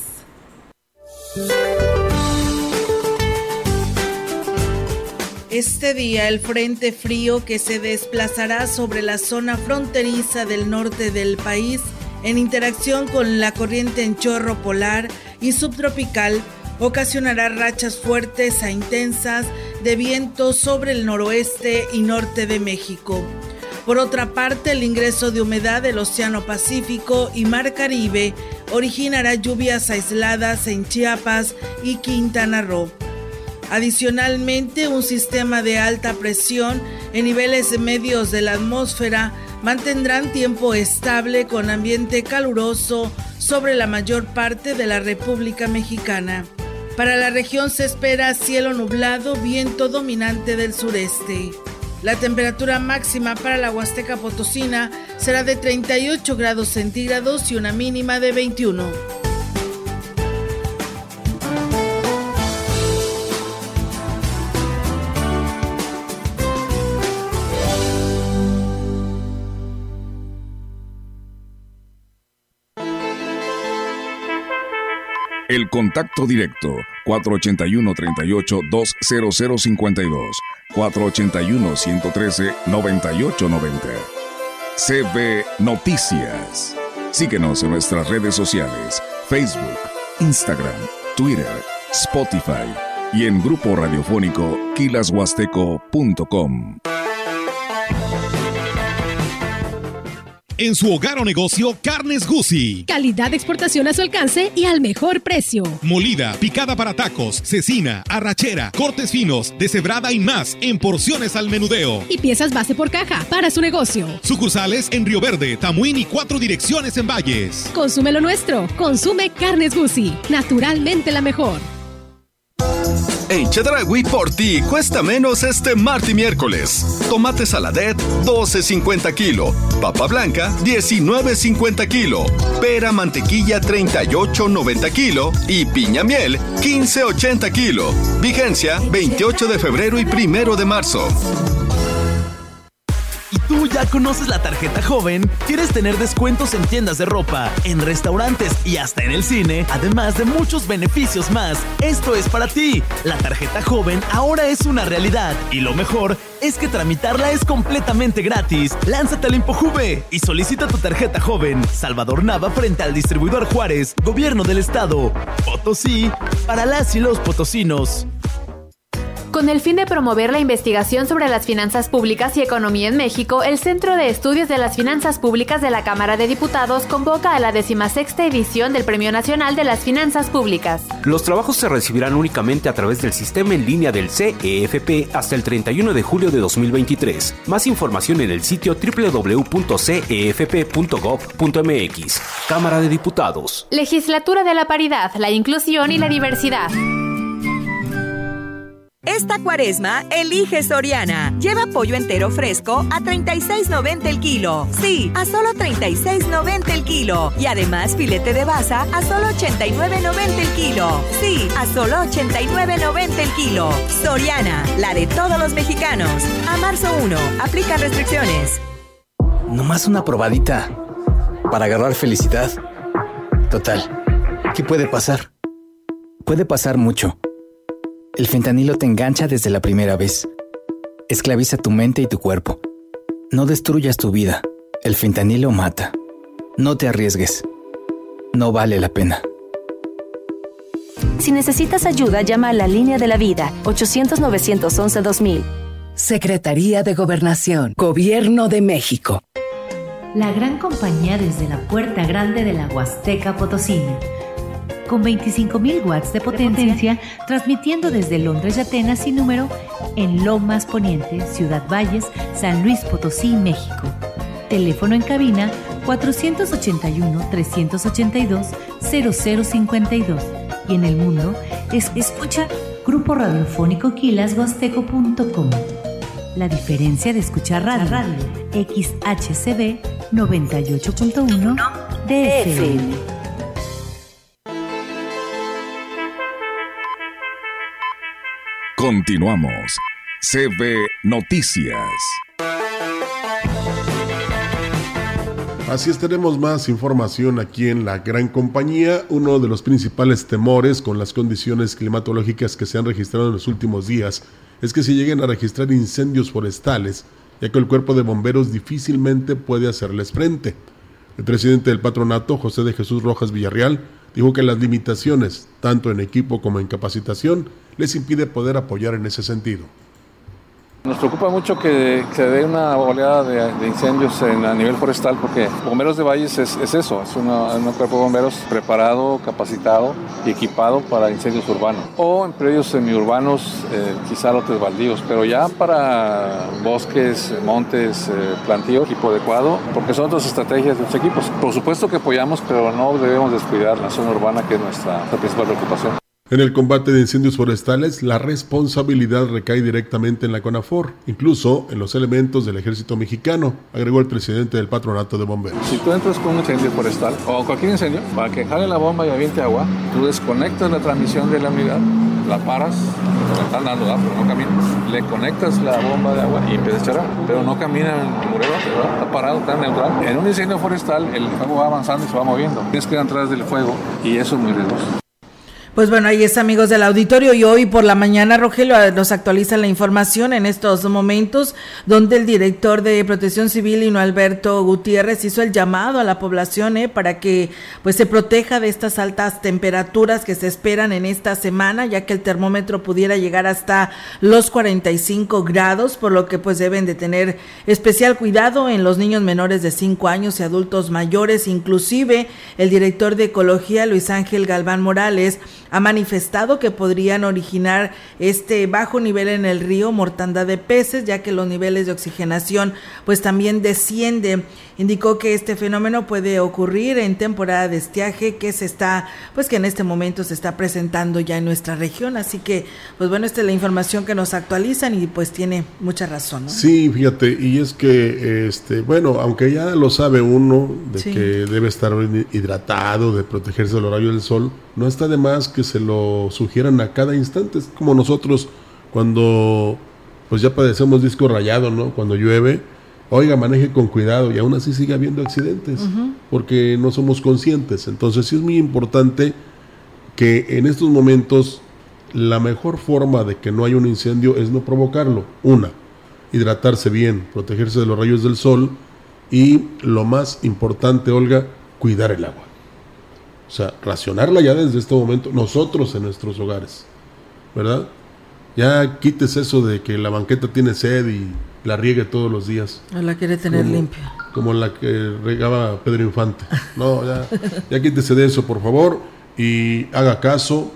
[SPEAKER 6] Este día el frente frío que se desplazará sobre la zona fronteriza del norte del país en interacción con la corriente en chorro polar y subtropical ocasionará rachas fuertes a intensas de viento sobre el noroeste y norte de México. Por otra parte, el ingreso de humedad del Océano Pacífico y Mar Caribe originará lluvias aisladas en Chiapas y Quintana Roo. Adicionalmente, un sistema de alta presión en niveles medios de la atmósfera mantendrán tiempo estable con ambiente caluroso sobre la mayor parte de la República Mexicana. Para la región se espera cielo nublado, viento dominante del sureste. La temperatura máxima para la Huasteca Potosina será de treinta y ocho grados centígrados y una mínima de veintiuno.
[SPEAKER 1] El contacto directo cuatro ochenta y uno, treinta y ocho, dos cero cero cincuenta y dos, cuatro ochenta y uno, ciento trece, noventa y ocho noventa. C B Noticias. Síguenos en nuestras redes sociales, Facebook, Instagram, Twitter, Spotify y en grupo radiofónico quilas huasteco punto com.
[SPEAKER 10] En su hogar o negocio, Carnes Guzzi.
[SPEAKER 11] Calidad de exportación a su alcance y al mejor precio.
[SPEAKER 10] Molida, picada para tacos, cecina, arrachera, cortes finos, deshebrada y más en porciones al menudeo.
[SPEAKER 11] Y piezas base por caja para su negocio.
[SPEAKER 10] Sucursales en Río Verde, Tamuín y cuatro direcciones en Valles.
[SPEAKER 11] Consume lo nuestro. Consume Carnes Guzzi. Naturalmente la mejor.
[SPEAKER 12] En Chedraui por ti cuesta menos este martes y miércoles. Tomate saladet doce cincuenta kilo, papa blanca diecinueve cincuenta kilo, pera mantequilla treinta y ocho noventa kilo y piña miel quince ochenta kilo. Vigencia veintiocho de febrero y primero de marzo.
[SPEAKER 13] ¿Y tú ya conoces la tarjeta joven? ¿Quieres tener descuentos en tiendas de ropa, en restaurantes y hasta en el cine? Además de muchos beneficios más. Esto es para ti. La tarjeta joven ahora es una realidad. Y lo mejor es que tramitarla es completamente gratis. Lánzate al InfoJuve y solicita tu tarjeta joven. Salvador Nava frente al distribuidor Juárez. Gobierno del Estado. Potosí para las y los potosinos.
[SPEAKER 14] Con el fin de promover la investigación sobre las finanzas públicas y economía en México, el Centro de Estudios de las Finanzas Públicas de la Cámara de Diputados convoca a la decimasexta edición del Premio Nacional de las Finanzas Públicas.
[SPEAKER 15] Los trabajos se recibirán únicamente a través del sistema en línea del C E F P hasta el treinta y uno de julio de dos mil veintitrés. Más información en el sitio doble u doble u doble u punto c e f p punto gov punto m x. Cámara de Diputados.
[SPEAKER 14] Legislatura de la Paridad, la Inclusión y la Diversidad.
[SPEAKER 16] Esta cuaresma, elige Soriana. Lleva pollo entero fresco a treinta y seis noventa el kilo. Sí, a solo treinta y seis noventa el kilo. Y además filete de basa a solo ochenta y nueve noventa el kilo. Sí, a solo ochenta y nueve noventa el kilo. Soriana, la de todos los mexicanos. A marzo primero, aplica restricciones.
[SPEAKER 17] Nomás una probadita para agarrar felicidad. Total, ¿qué puede pasar? Puede pasar mucho. El fentanilo te engancha desde la primera vez. Esclaviza tu mente y tu cuerpo. No destruyas tu vida. El fentanilo mata. No te arriesgues. No vale la pena.
[SPEAKER 18] Si necesitas ayuda, llama a la Línea de la Vida, ochocientos, novecientos once, dos mil.
[SPEAKER 19] Secretaría de Gobernación, Gobierno de México.
[SPEAKER 20] La gran compañía desde la puerta grande de la Huasteca Potosina. Con veinticinco mil watts de potencia, transmitiendo desde Londres y Atenas sin número, en Lomas Poniente, Ciudad Valles, San Luis Potosí, México. Teléfono en cabina cuatro ocho uno, tres ocho dos, cero cero cinco dos. Y en el mundo, es, escucha Grupo Radiofónico Quilas Huasteco punto com. La diferencia de escuchar radio, radio. X H C B noventa y ocho punto uno D F M.
[SPEAKER 1] Continuamos. C B Noticias.
[SPEAKER 7] Así es, tenemos más información aquí en la gran compañía. Uno de los principales temores con las condiciones climatológicas que se han registrado en los últimos días es que se lleguen a registrar incendios forestales, ya que el cuerpo de bomberos difícilmente puede hacerles frente. El presidente del patronato, José de Jesús Rojas Villarreal, dijo que las limitaciones, tanto en equipo como en capacitación, les impide poder apoyar en ese sentido.
[SPEAKER 21] Nos preocupa mucho que se dé una oleada de, de incendios en, a nivel forestal, porque Bomberos de Valles es, es eso, es una, un cuerpo de bomberos preparado, capacitado y equipado para incendios urbanos. O en predios semiurbanos, eh, quizá lotes baldíos, pero ya para bosques, montes, eh, plantío, equipo adecuado, porque son otras estrategias de los equipos. Por supuesto que apoyamos, pero no debemos descuidar la zona urbana, que es nuestra, nuestra principal preocupación.
[SPEAKER 7] En el combate de incendios forestales, la responsabilidad recae directamente en la CONAFOR, incluso en los elementos del ejército mexicano, agregó el presidente del patronato de bomberos.
[SPEAKER 21] Si tú entras con un incendio forestal o cualquier incendio, para que jale la bomba y aviente agua, tú desconectas la transmisión de la unidad, la paras, te están dando, ¿verdad? Pero no caminas, le conectas la bomba de agua y empieza a echar agua, pero no camina en murero, ¿verdad? Está parado, está neutral. En un incendio forestal, el fuego va avanzando y se va moviendo. Tienes que ir atrás del fuego y eso es muy riesgoso.
[SPEAKER 6] Pues bueno, ahí está, amigos del auditorio, y hoy por la mañana, Rogelio, nos actualiza la información en estos momentos, donde el director de Protección Civil, Hino Alberto Gutiérrez, hizo el llamado a la población eh, para que pues se proteja de estas altas temperaturas que se esperan en esta semana, ya que el termómetro pudiera llegar hasta los cuarenta y cinco grados, por lo que pues deben de tener especial cuidado en los niños menores de cinco años y adultos mayores. Inclusive el director de Ecología, Luis Ángel Galván Morales, ha manifestado que podrían originar este bajo nivel en el río mortandad de peces, ya que los niveles de oxigenación pues también descienden. Indicó que este fenómeno puede ocurrir en temporada de estiaje que se está, pues que en este momento se está presentando ya en nuestra región. Así que, pues bueno, esta es la información que nos actualizan y pues tiene mucha razón, ¿no?
[SPEAKER 7] Sí, fíjate, y es que, este, bueno, aunque ya lo sabe uno de sí. que debe estar hidratado, de protegerse de los rayos del sol, no está de más que se lo sugieran a cada instante. Es como nosotros cuando pues ya padecemos disco rayado, ¿no? Cuando llueve, oiga, maneje con cuidado, y aún así sigue habiendo accidentes, uh-huh. porque no somos conscientes. Entonces sí es muy importante que en estos momentos la mejor forma de que no haya un incendio es no provocarlo. Una, hidratarse bien, protegerse de los rayos del sol, y lo más importante, Olga, cuidar el agua. O sea, racionarla ya desde este momento, nosotros en nuestros hogares, ¿verdad? Ya quites eso de que la banqueta tiene sed y la riegue todos los días.
[SPEAKER 6] O la quiere tener
[SPEAKER 7] como,
[SPEAKER 6] limpia.
[SPEAKER 7] Como la que regaba Pedro Infante. No, ya, ya quítese de eso, por favor, y haga caso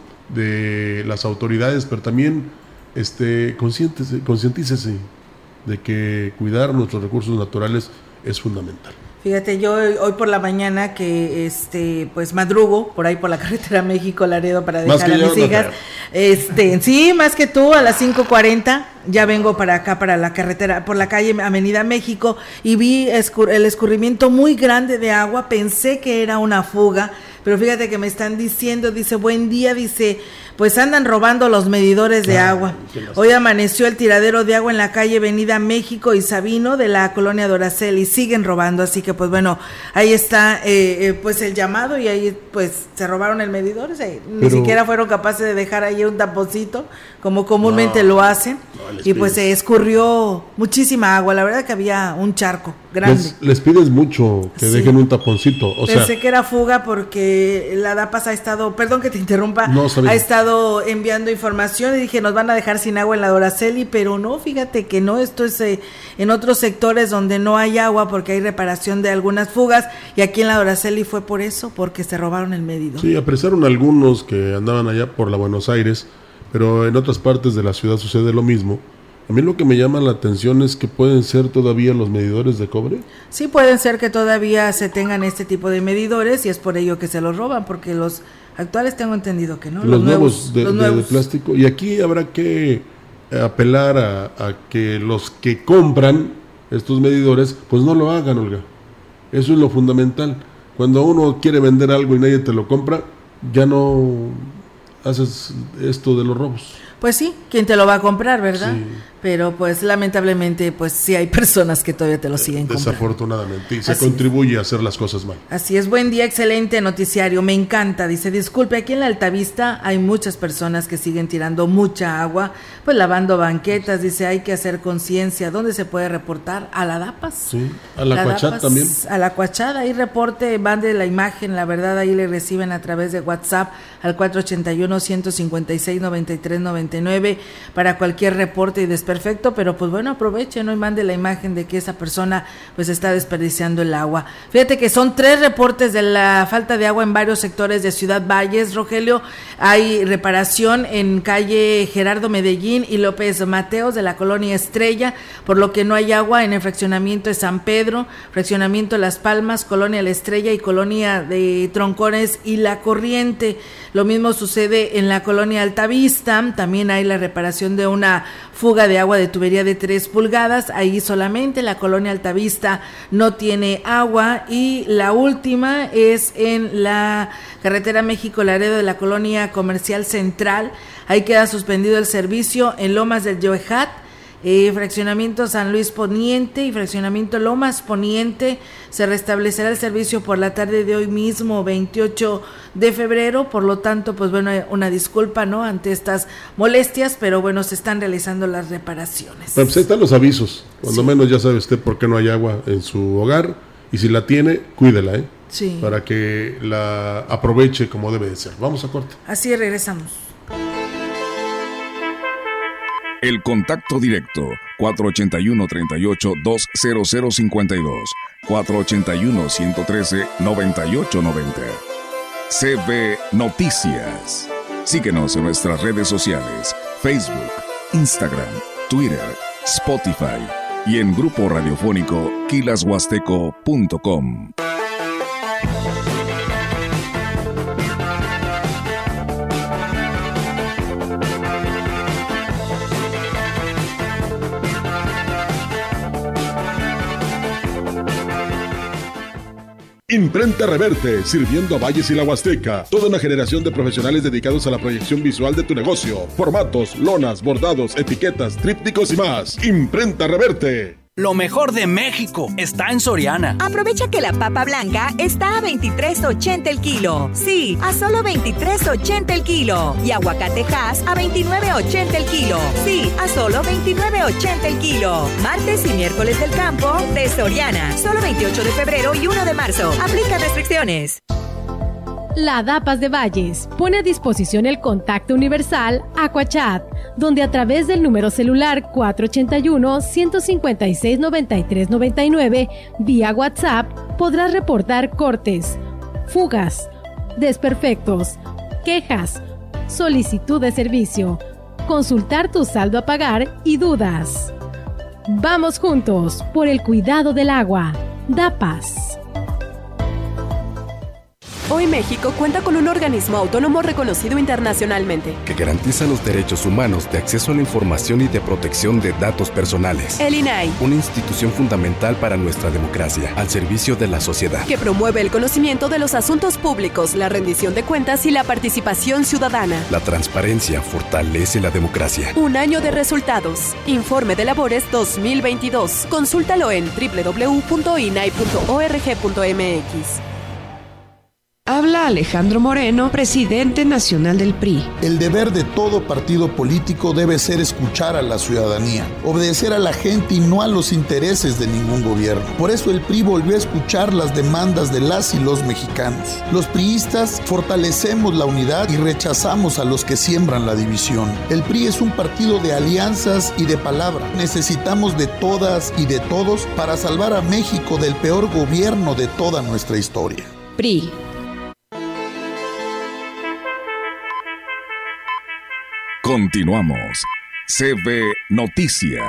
[SPEAKER 7] de las autoridades, pero también este, conciéntese, concientícese de que cuidar nuestros recursos naturales es fundamental.
[SPEAKER 6] Fíjate, yo hoy por la mañana que este pues madrugo por ahí por la carretera México-Laredo para dejar a mis hijas, este sí, más que tú, a las cinco cuarenta ya vengo para acá, para la carretera, por la calle Avenida México, y vi escur- el escurrimiento muy grande de agua. Pensé que era una fuga, pero fíjate que me están diciendo, dice, buen día, dice, pues andan robando los medidores de ah, agua. Hoy amaneció el tiradero de agua en la calle Avenida México y Sabino de la colonia Doracel, y siguen robando. Así que pues bueno, ahí está eh, eh, pues el llamado, y ahí pues se robaron el medidor, o sea, ni siquiera fueron capaces de dejar ahí un taponcito como comúnmente no, lo hacen, no, y pues se escurrió muchísima agua. La verdad que había un charco grande.
[SPEAKER 7] Les, les pides mucho que sí. dejen un taponcito, o
[SPEAKER 6] Pensé
[SPEAKER 7] sea,
[SPEAKER 6] que era fuga porque la DAPAS ha estado, perdón que te interrumpa,
[SPEAKER 7] no,
[SPEAKER 6] ha estado enviando información, y dije, nos van a dejar sin agua en la Doraceli, pero no, fíjate que no, esto es eh, en otros sectores donde no hay agua porque hay reparación de algunas fugas, y aquí en la Doraceli fue por eso, porque se robaron el medidor.
[SPEAKER 7] Sí, apresaron algunos que andaban allá por la Buenos Aires, pero en otras partes de la ciudad sucede lo mismo, A mí lo que me llama la atención es que pueden ser todavía los medidores de cobre.
[SPEAKER 6] Sí, pueden ser que todavía se tengan este tipo de medidores y es por ello que se los roban, porque los actuales tengo entendido que no.
[SPEAKER 7] Los, los nuevos, de, los de, nuevos de plástico. Y aquí habrá que apelar a, a que los que compran estos medidores, pues no lo hagan, Olga. Eso es lo fundamental. Cuando uno quiere vender algo y nadie te lo compra, ya no haces esto de los robos.
[SPEAKER 6] Pues sí, ¿quién te lo va a comprar, verdad?
[SPEAKER 7] Sí.
[SPEAKER 6] Pero pues lamentablemente pues sí hay personas que todavía te lo siguen comprando.
[SPEAKER 7] Desafortunadamente, y se
[SPEAKER 6] Así
[SPEAKER 7] contribuye
[SPEAKER 6] es.
[SPEAKER 7] a hacer las cosas mal.
[SPEAKER 6] Así es, buen día, excelente noticiario, me encanta. Dice, disculpe, aquí en la Altavista hay muchas personas que siguen tirando mucha agua, pues lavando banquetas, dice, hay que hacer conciencia. ¿Dónde se puede reportar? A la DAPAS.
[SPEAKER 7] Sí, a la, la Cuachat DAPAS, también.
[SPEAKER 6] A la Cuachat, ahí reporte, mande la imagen, la verdad, ahí le reciben a través de WhatsApp al cuatro ochenta y uno, ciento cincuenta y seis, noventa y tres, noventa y nueve para cualquier reporte y desperfecto, pero pues bueno, aproveche, ¿no? Y mande la imagen de que esa persona pues está desperdiciando el agua. Fíjate que son tres reportes de la falta de agua en varios sectores de Ciudad Valles, Rogelio. Hay reparación en calle Gerardo Medellín y López Mateos de la colonia Estrella, por lo que no hay agua en el fraccionamiento de San Pedro, fraccionamiento Las Palmas, colonia La Estrella y colonia de Troncones y La Corriente. Lo mismo sucede en la colonia Altavista, también hay la reparación de una fuga de agua de tubería de tres pulgadas, ahí solamente la colonia Altavista no tiene agua. Y la última es en la carretera México-Laredo de la colonia comercial Central, ahí queda suspendido el servicio en Lomas del Yoejat, Eh, fraccionamiento San Luis Poniente y fraccionamiento Lomas Poniente. Se restablecerá el servicio por la tarde de hoy mismo, veintiocho de febrero, por lo tanto, pues bueno, una disculpa, ¿no?, ante estas molestias, pero bueno, se están realizando las reparaciones.
[SPEAKER 7] Pues ahí están los avisos, cuando sí. menos ya sabe usted por qué no hay agua en su hogar, y si la tiene, cuídela, ¿eh?
[SPEAKER 6] Sí.
[SPEAKER 7] Para que la aproveche como debe de ser. Vamos a corte.
[SPEAKER 6] Así regresamos.
[SPEAKER 1] El contacto directo, cuatro ochenta y uno, treinta y ocho, dos cero cero cincuenta y dos, cuatro ochenta y uno, ciento trece, noventa y ocho noventa. C B Noticias. Síguenos en nuestras redes sociales, Facebook, Instagram, Twitter, Spotify y en grupo radiofónico quilas huasteco punto com.
[SPEAKER 7] Imprenta Reverte, sirviendo a Valles y la Huasteca. Toda una generación de profesionales dedicados a la proyección visual de tu negocio. Formatos, lonas, bordados, etiquetas, trípticos y más. Imprenta Reverte.
[SPEAKER 4] Lo mejor de México está en Soriana.
[SPEAKER 16] Aprovecha que la papa blanca está a veintitrés ochenta el kilo. Sí, a solo veintitrés ochenta el kilo. Y aguacate Hass a veintinueve ochenta el kilo. Sí, a solo veintinueve ochenta el kilo. Martes y miércoles del campo de Soriana. Solo veintiocho de febrero y uno de marzo. Aplica restricciones.
[SPEAKER 11] La DAPAS de Valles pone a disposición el contacto universal Aquachat, donde a través del número celular cuatro ochenta y uno, ciento cincuenta y seis, noventa y tres noventa y nueve vía WhatsApp podrás reportar cortes, fugas, desperfectos, quejas, solicitud de servicio, consultar tu saldo a pagar y dudas. Vamos juntos por el cuidado del agua. DAPAS.
[SPEAKER 22] Hoy México cuenta con un organismo autónomo reconocido internacionalmente
[SPEAKER 23] que garantiza los derechos humanos de acceso a la información y de protección de datos personales.
[SPEAKER 22] El I N A I,
[SPEAKER 23] una institución fundamental para nuestra democracia, al servicio de la sociedad,
[SPEAKER 22] que promueve el conocimiento de los asuntos públicos, la rendición de cuentas y la participación ciudadana.
[SPEAKER 23] La transparencia fortalece la democracia.
[SPEAKER 22] Un año de resultados. Informe de labores dos mil veintidós. Consúltalo en doble u doble u doble u punto i n a i punto org punto m x.
[SPEAKER 24] Habla Alejandro Moreno, presidente nacional del P R I.
[SPEAKER 25] El deber de todo partido político debe ser escuchar a la ciudadanía, obedecer a la gente y no a los intereses de ningún gobierno. Por eso el P R I volvió a escuchar las demandas de las y los mexicanos. Los priistas fortalecemos la unidad y rechazamos a los que siembran la división. El P R I es un partido de alianzas y de palabra. Necesitamos de todas y de todos para salvar a México del peor gobierno de toda nuestra historia.
[SPEAKER 24] P R I.
[SPEAKER 1] Continuamos. C B Noticias.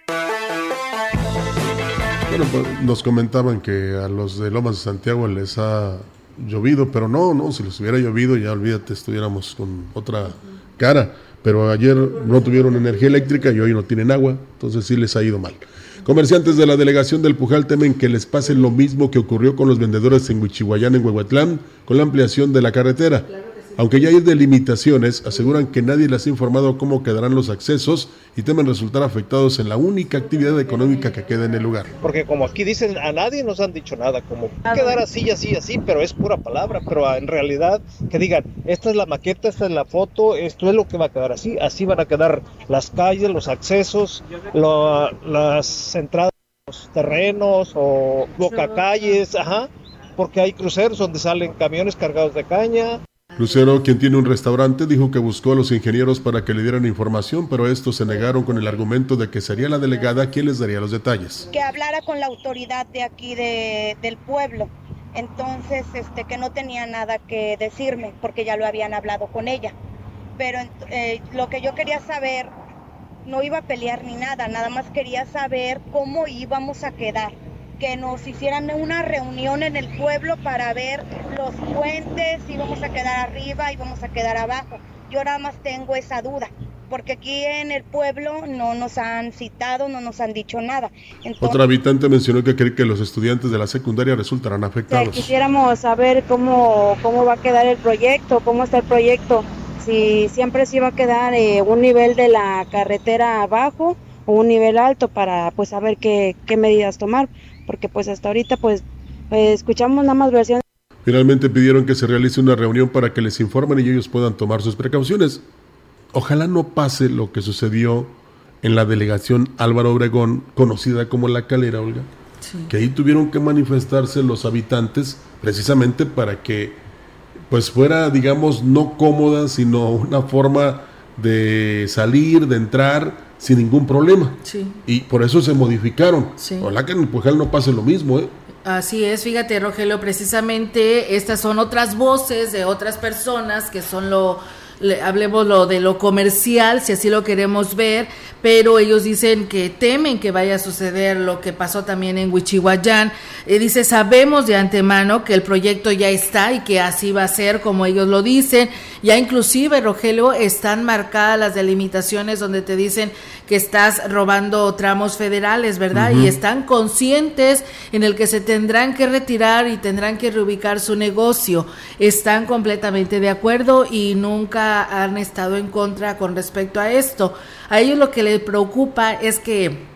[SPEAKER 7] Bueno, pues nos comentaban que a los de Lomas de Santiago les ha llovido, pero no, no, si les hubiera llovido ya olvídate, estuviéramos con otra cara, pero ayer no tuvieron energía eléctrica y hoy no tienen agua, entonces sí les ha ido mal. Comerciantes de la delegación del Pujal temen que les pase lo mismo que ocurrió con los vendedores en Huichihuayán, en Huehuetlán, con la ampliación de la carretera. Aunque ya hay delimitaciones, aseguran que nadie les ha informado cómo quedarán los accesos y temen resultar afectados en la única actividad económica que queda en el lugar.
[SPEAKER 2] Porque como aquí dicen, a nadie nos han dicho nada, como quedar así, así, así, pero es pura palabra, pero en realidad que digan, esta es la maqueta, esta es la foto, esto es lo que va a quedar así, así van a quedar las calles, los accesos, lo, las entradas, los terrenos o bocacalles, ajá, porque hay cruceros donde salen camiones cargados de caña.
[SPEAKER 7] Lucero, quien tiene un restaurante, dijo que buscó a los ingenieros para que le dieran información, pero estos se negaron con el argumento de que sería la delegada quien les daría los detalles.
[SPEAKER 3] Que hablara con la autoridad de aquí de, del pueblo, entonces este, que no tenía nada que decirme, porque ya lo habían hablado con ella. Pero eh, lo que yo quería saber, no iba a pelear ni nada, nada más quería saber cómo íbamos a quedar. Que nos hicieran una reunión en el pueblo para ver los puentes, si íbamos a quedar arriba, íbamos a quedar abajo. Yo nada más tengo esa duda, porque aquí en el pueblo no nos han citado, no nos han dicho nada. Entonces,
[SPEAKER 7] otra habitante mencionó que cree que los estudiantes de la secundaria resultarán afectados.
[SPEAKER 5] Quisiéramos saber cómo, cómo va a quedar el proyecto, cómo está el proyecto, si siempre se iba a quedar eh, un nivel de la carretera abajo o un nivel alto para pues saber qué, qué medidas tomar. Porque pues hasta ahorita pues eh, escuchamos nada más versiones.
[SPEAKER 7] Finalmente pidieron que se realice una reunión para que les informen y ellos puedan tomar sus precauciones. Ojalá no pase lo que sucedió en la delegación Álvaro Obregón, conocida como La Calera, Olga, sí. Que ahí tuvieron que manifestarse los habitantes precisamente para que pues fuera, digamos, no cómoda, sino una forma de salir, de entrar sin ningún problema. Sí. Y por eso se modificaron. Sí. Ojalá que en el Pujal no pase lo mismo, ¿eh?
[SPEAKER 6] Así es, fíjate, Rogelio, precisamente estas son otras voces de otras personas que son lo, le, hablemos lo de lo comercial, si así lo queremos ver, pero ellos dicen que temen que vaya a suceder lo que pasó también en Huichihuayán. Eh, dice, sabemos de antemano que el proyecto ya está y que así va a ser como ellos lo dicen. Ya inclusive, Rogelio, están marcadas las delimitaciones donde te dicen que estás robando tramos federales, ¿verdad? Uh-huh. Y están conscientes en el que se tendrán que retirar y tendrán que reubicar su negocio. Están completamente de acuerdo y nunca han estado en contra con respecto a esto. A ellos lo que les preocupa es que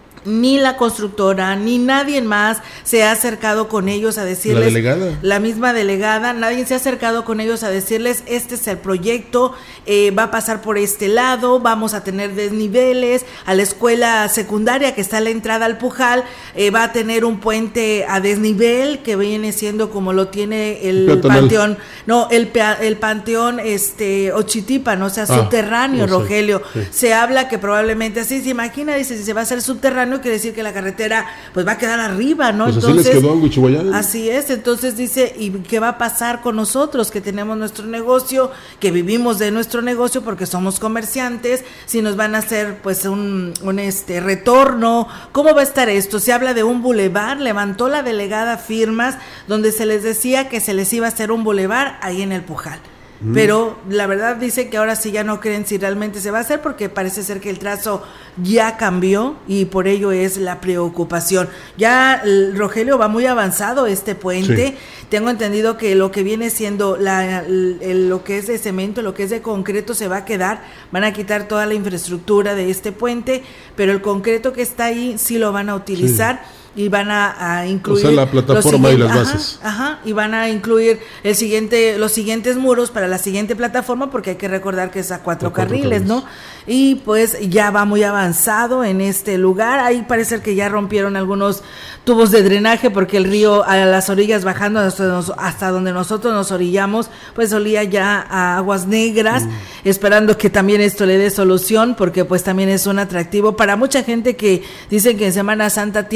[SPEAKER 6] ni la constructora, ni nadie más se ha acercado con ellos a decirles, la delegada, la misma delegada, nadie se ha acercado con ellos a decirles, este es el proyecto, eh, va a pasar por este lado, vamos a tener desniveles, a la escuela secundaria que está a la entrada al Pujal, eh, va a tener un puente a desnivel que viene siendo como lo tiene el Peatonal. panteón, no, el, el panteón este Ochitipan, o sea, ah, subterráneo, no sé. Rogelio, sí. Se habla que probablemente así, se imagina, dice, si se va a hacer subterráneo, quiere decir que la carretera pues va a quedar arriba, ¿no?
[SPEAKER 7] Pues
[SPEAKER 6] entonces,
[SPEAKER 7] así les quedó en Huichihuayán.
[SPEAKER 6] Así es, entonces dice, ¿y qué va a pasar con nosotros que tenemos nuestro negocio, que vivimos de nuestro negocio porque somos comerciantes, si nos van a hacer pues un, un este retorno? ¿Cómo va a estar esto? Se habla de un bulevar, levantó la delegada firmas donde se les decía que se les iba a hacer un bulevar ahí en el Pujal. Pero la verdad dice que ahora sí ya no creen si realmente se va a hacer, porque parece ser que el trazo ya cambió y por ello es la preocupación. Ya, Rogelio, va muy avanzado este puente. Sí. Tengo entendido que lo que viene siendo la, el, el, lo que es de cemento, lo que es de concreto se va a quedar, van a quitar toda la infraestructura de este puente, pero el concreto que está ahí sí lo van a utilizar. Sí. Y van a, a incluir,
[SPEAKER 7] o sea, la plataforma y las bases.
[SPEAKER 6] Ajá, ajá, y van a incluir el siguiente, los siguientes muros para la siguiente plataforma, porque hay que recordar que es a cuatro, cuatro carriles, carriles, ¿no? Y pues ya va muy avanzado en este lugar. Ahí parece que ya rompieron algunos tubos de drenaje, porque el río a las orillas bajando hasta, nos, hasta donde nosotros nos orillamos, pues olía ya a aguas negras, mm. esperando que también esto le dé solución, porque pues también es un atractivo para mucha gente que dicen que en Semana Santa tienen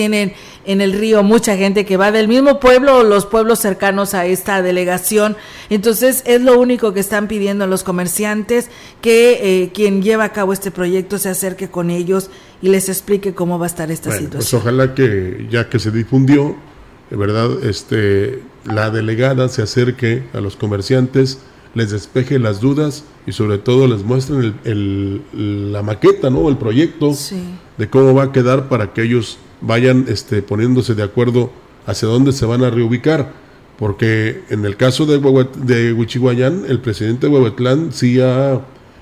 [SPEAKER 6] en el río mucha gente que va del mismo pueblo o los pueblos cercanos a esta delegación. Entonces es lo único que están pidiendo los comerciantes, que eh, quien lleva a cabo este proyecto se acerque con ellos y les explique cómo va a estar esta
[SPEAKER 7] bueno,
[SPEAKER 6] situación.
[SPEAKER 7] Pues ojalá que ya que se difundió, de verdad, este, la delegada se acerque a los comerciantes, les despeje las dudas y sobre todo les muestren el, el, la maqueta, ¿no? El proyecto sí. de cómo va a quedar para que ellos vayan este, poniéndose de acuerdo hacia dónde se van a reubicar, porque en el caso de, Huehuet, de Huichihuayán, el presidente de Huehuetlán sí ha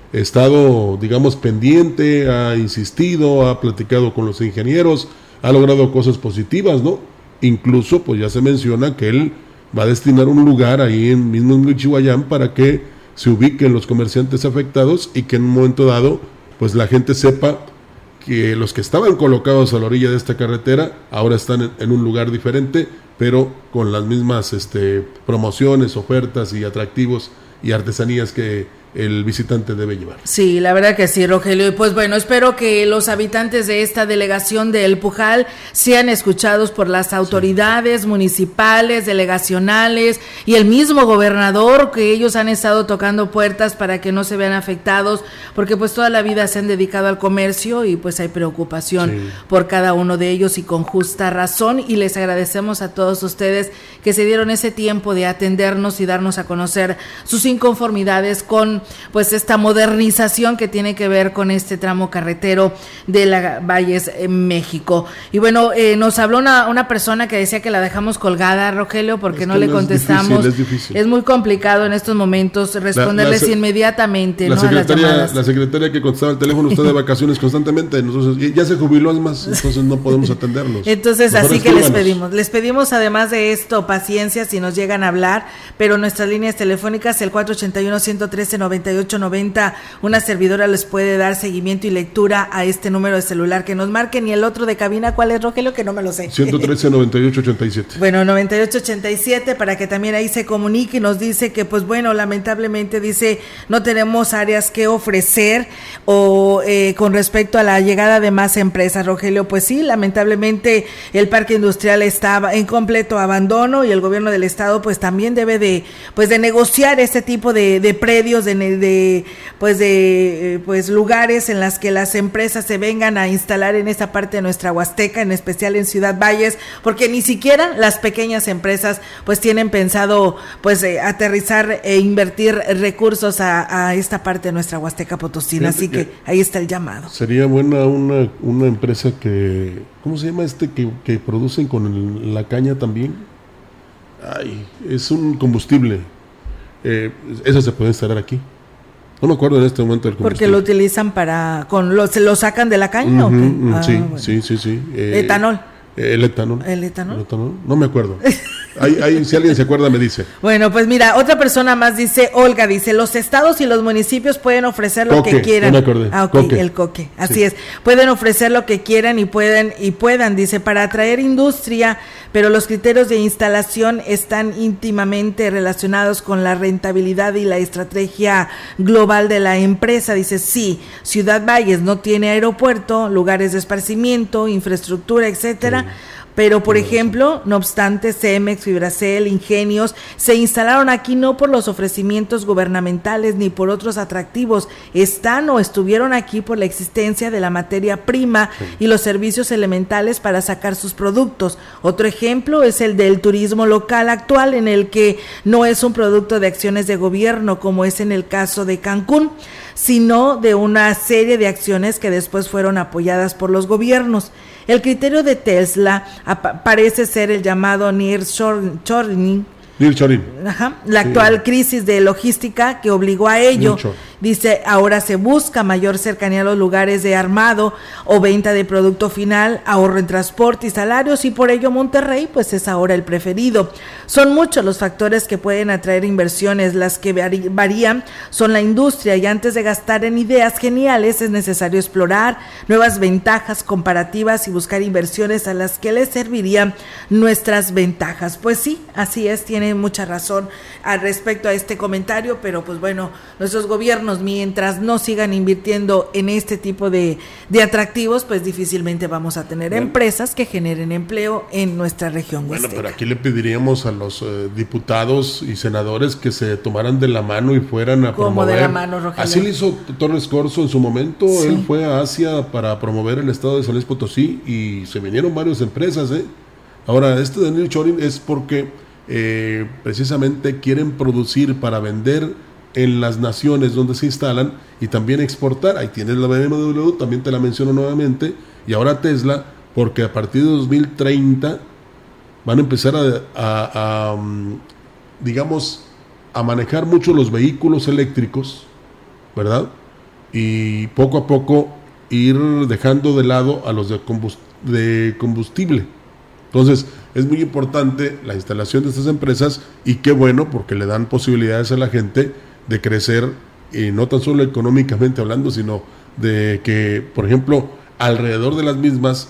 [SPEAKER 7] estado, digamos, pendiente, ha insistido, ha platicado con los ingenieros, ha logrado cosas positivas, ¿no? Incluso, pues ya se menciona que él va a destinar un lugar ahí en mismo en Huichihuayán para que se ubiquen los comerciantes afectados y que en un momento dado, pues la gente sepa que los que estaban colocados a la orilla de esta carretera ahora están en, en un lugar diferente, pero con las mismas este, promociones, ofertas y atractivos y artesanías que el visitante debe llevar.
[SPEAKER 6] Sí, la verdad que sí, Rogelio. Y pues bueno, espero que los habitantes de esta delegación de El Pujal sean escuchados por las autoridades sí. municipales, delegacionales y el mismo gobernador, que ellos han estado tocando puertas para que no se vean afectados, porque pues toda la vida se han dedicado al comercio y pues hay preocupación sí. por cada uno de ellos y con justa razón, y les agradecemos a todos ustedes que se dieron ese tiempo de atendernos y darnos a conocer sus inconformidades con pues esta modernización que tiene que ver con este tramo carretero de la Valles en México. Y bueno, eh, nos habló una, una persona que decía que la dejamos colgada, Rogelio, porque es no le contestamos.
[SPEAKER 7] Es, difícil, es, difícil.
[SPEAKER 6] Es muy complicado en estos momentos responderles la, la, inmediatamente,
[SPEAKER 7] la
[SPEAKER 6] ¿no?
[SPEAKER 7] Secretaria,
[SPEAKER 6] a las llamadas.
[SPEAKER 7] La secretaria que contestaba el teléfono está de vacaciones constantemente, entonces ya se jubiló, es más, entonces no podemos atenderlos.
[SPEAKER 6] Entonces, Mejor así que les pedimos, les pedimos además de esto, paciencia si nos llegan a hablar, pero nuestras líneas telefónicas, el cuatro ochenta y uno, ciento trece, noventa y ocho noventa, una servidora les puede dar seguimiento y lectura a este número de celular que nos marquen, y el otro de cabina, ¿cuál es, Rogelio? Que no me lo sé.
[SPEAKER 7] ciento trece, noventa y ocho, ochenta y siete.
[SPEAKER 6] Bueno, noventa y ocho ochenta y siete, para que también ahí se comunique y nos dice que, pues bueno, lamentablemente dice, no tenemos áreas que ofrecer o eh, con respecto a la llegada de más empresas, Rogelio. Pues sí, lamentablemente el parque industrial está en completo abandono y el gobierno del estado pues también debe de, pues de negociar este tipo de, de predios, de, de pues de pues lugares en las que las empresas se vengan a instalar en esta parte de nuestra Huasteca, en especial en Ciudad Valles, porque ni siquiera las pequeñas empresas pues tienen pensado pues eh, aterrizar e invertir recursos a, a esta parte de nuestra Huasteca Potosina. Así que, que ahí está el llamado.
[SPEAKER 7] Sería buena una, una empresa que, ¿cómo se llama este que, que producen con el, la caña también? Ay, es un combustible. Eh, eso se puede instalar aquí. No me acuerdo en este momento del combustible.
[SPEAKER 6] Porque lo utilizan para, con lo, ¿se lo sacan de la caña uh-huh, o qué?
[SPEAKER 7] Uh,
[SPEAKER 6] ah,
[SPEAKER 7] sí,
[SPEAKER 6] bueno.
[SPEAKER 7] sí, sí, sí.
[SPEAKER 6] Eh, etanol.
[SPEAKER 7] Eh, el etanol.
[SPEAKER 6] ¿El etanol?
[SPEAKER 7] ¿El etanol? No me acuerdo. Hay, hay, si alguien se acuerda me dice.
[SPEAKER 6] Bueno, pues mira, otra persona más dice, Olga, dice, los estados y los municipios pueden ofrecer lo
[SPEAKER 7] coque,
[SPEAKER 6] que quieran.
[SPEAKER 7] No me acordé.
[SPEAKER 6] Ah, ok,
[SPEAKER 7] coque.
[SPEAKER 6] el coque, así
[SPEAKER 7] sí.
[SPEAKER 6] es. Pueden ofrecer lo que quieran y pueden, y puedan, dice, para atraer industria, pero los criterios de instalación están íntimamente relacionados con la rentabilidad y la estrategia global de la empresa. Dice, sí, Ciudad Valles no tiene aeropuerto, lugares de esparcimiento, infraestructura, etcétera. Sí. Pero, por ejemplo, no obstante, Cemex, Fibracel, Ingenios se instalaron aquí no por los ofrecimientos gubernamentales ni por otros atractivos, están o estuvieron aquí por la existencia de la materia prima sí. y los servicios elementales para sacar sus productos. Otro ejemplo es el del turismo local actual, en el que no es un producto de acciones de gobierno, como es en el caso de Cancún, sino de una serie de acciones que después fueron apoyadas por los gobiernos. El criterio de Tesla ap- parece ser el llamado nearshoring, Ajá, la sí. actual crisis de logística que obligó a ello. Mucho. Dice, ahora se busca mayor cercanía a los lugares de armado o venta de producto final, ahorro en transporte y salarios, y por ello Monterrey pues es ahora el preferido. Son muchos los factores que pueden atraer inversiones, las que vari- varían son la industria, y antes de gastar en ideas geniales es necesario explorar nuevas ventajas comparativas y buscar inversiones a las que les servirían nuestras ventajas. Pues sí, así es, tiene mucha razón al respecto a este comentario, pero pues bueno, nuestros gobiernos gobiernos, mientras no sigan invirtiendo en este tipo de, de atractivos, pues difícilmente vamos a tener bueno. empresas que generen empleo en nuestra región
[SPEAKER 7] Bueno,
[SPEAKER 6] huasteca.
[SPEAKER 7] pero aquí le pediríamos a los eh, diputados y senadores que se tomaran de la mano y fueran a
[SPEAKER 6] Como
[SPEAKER 7] promover.
[SPEAKER 6] de la mano, Rogelio.
[SPEAKER 7] Así lo hizo Torres Corzo en su momento,
[SPEAKER 6] Sí.
[SPEAKER 7] él fue a Asia para promover el estado de San Luis Potosí y se vinieron varias empresas, ¿eh? Ahora, este de nearshoring es porque eh, precisamente quieren producir para vender en las naciones donde se instalan y también exportar. Ahí tienes la B M W, también te la menciono nuevamente, y ahora Tesla, porque a partir de dos mil treinta van a empezar a, a, a digamos, a manejar mucho los vehículos eléctricos, ¿verdad? Y poco a poco ir dejando de lado a los de, combust- de combustible. Entonces, es muy importante la instalación de estas empresas y qué bueno, porque le dan posibilidades a la gente de crecer, y no tan solo económicamente hablando, sino de que, por ejemplo, alrededor de las mismas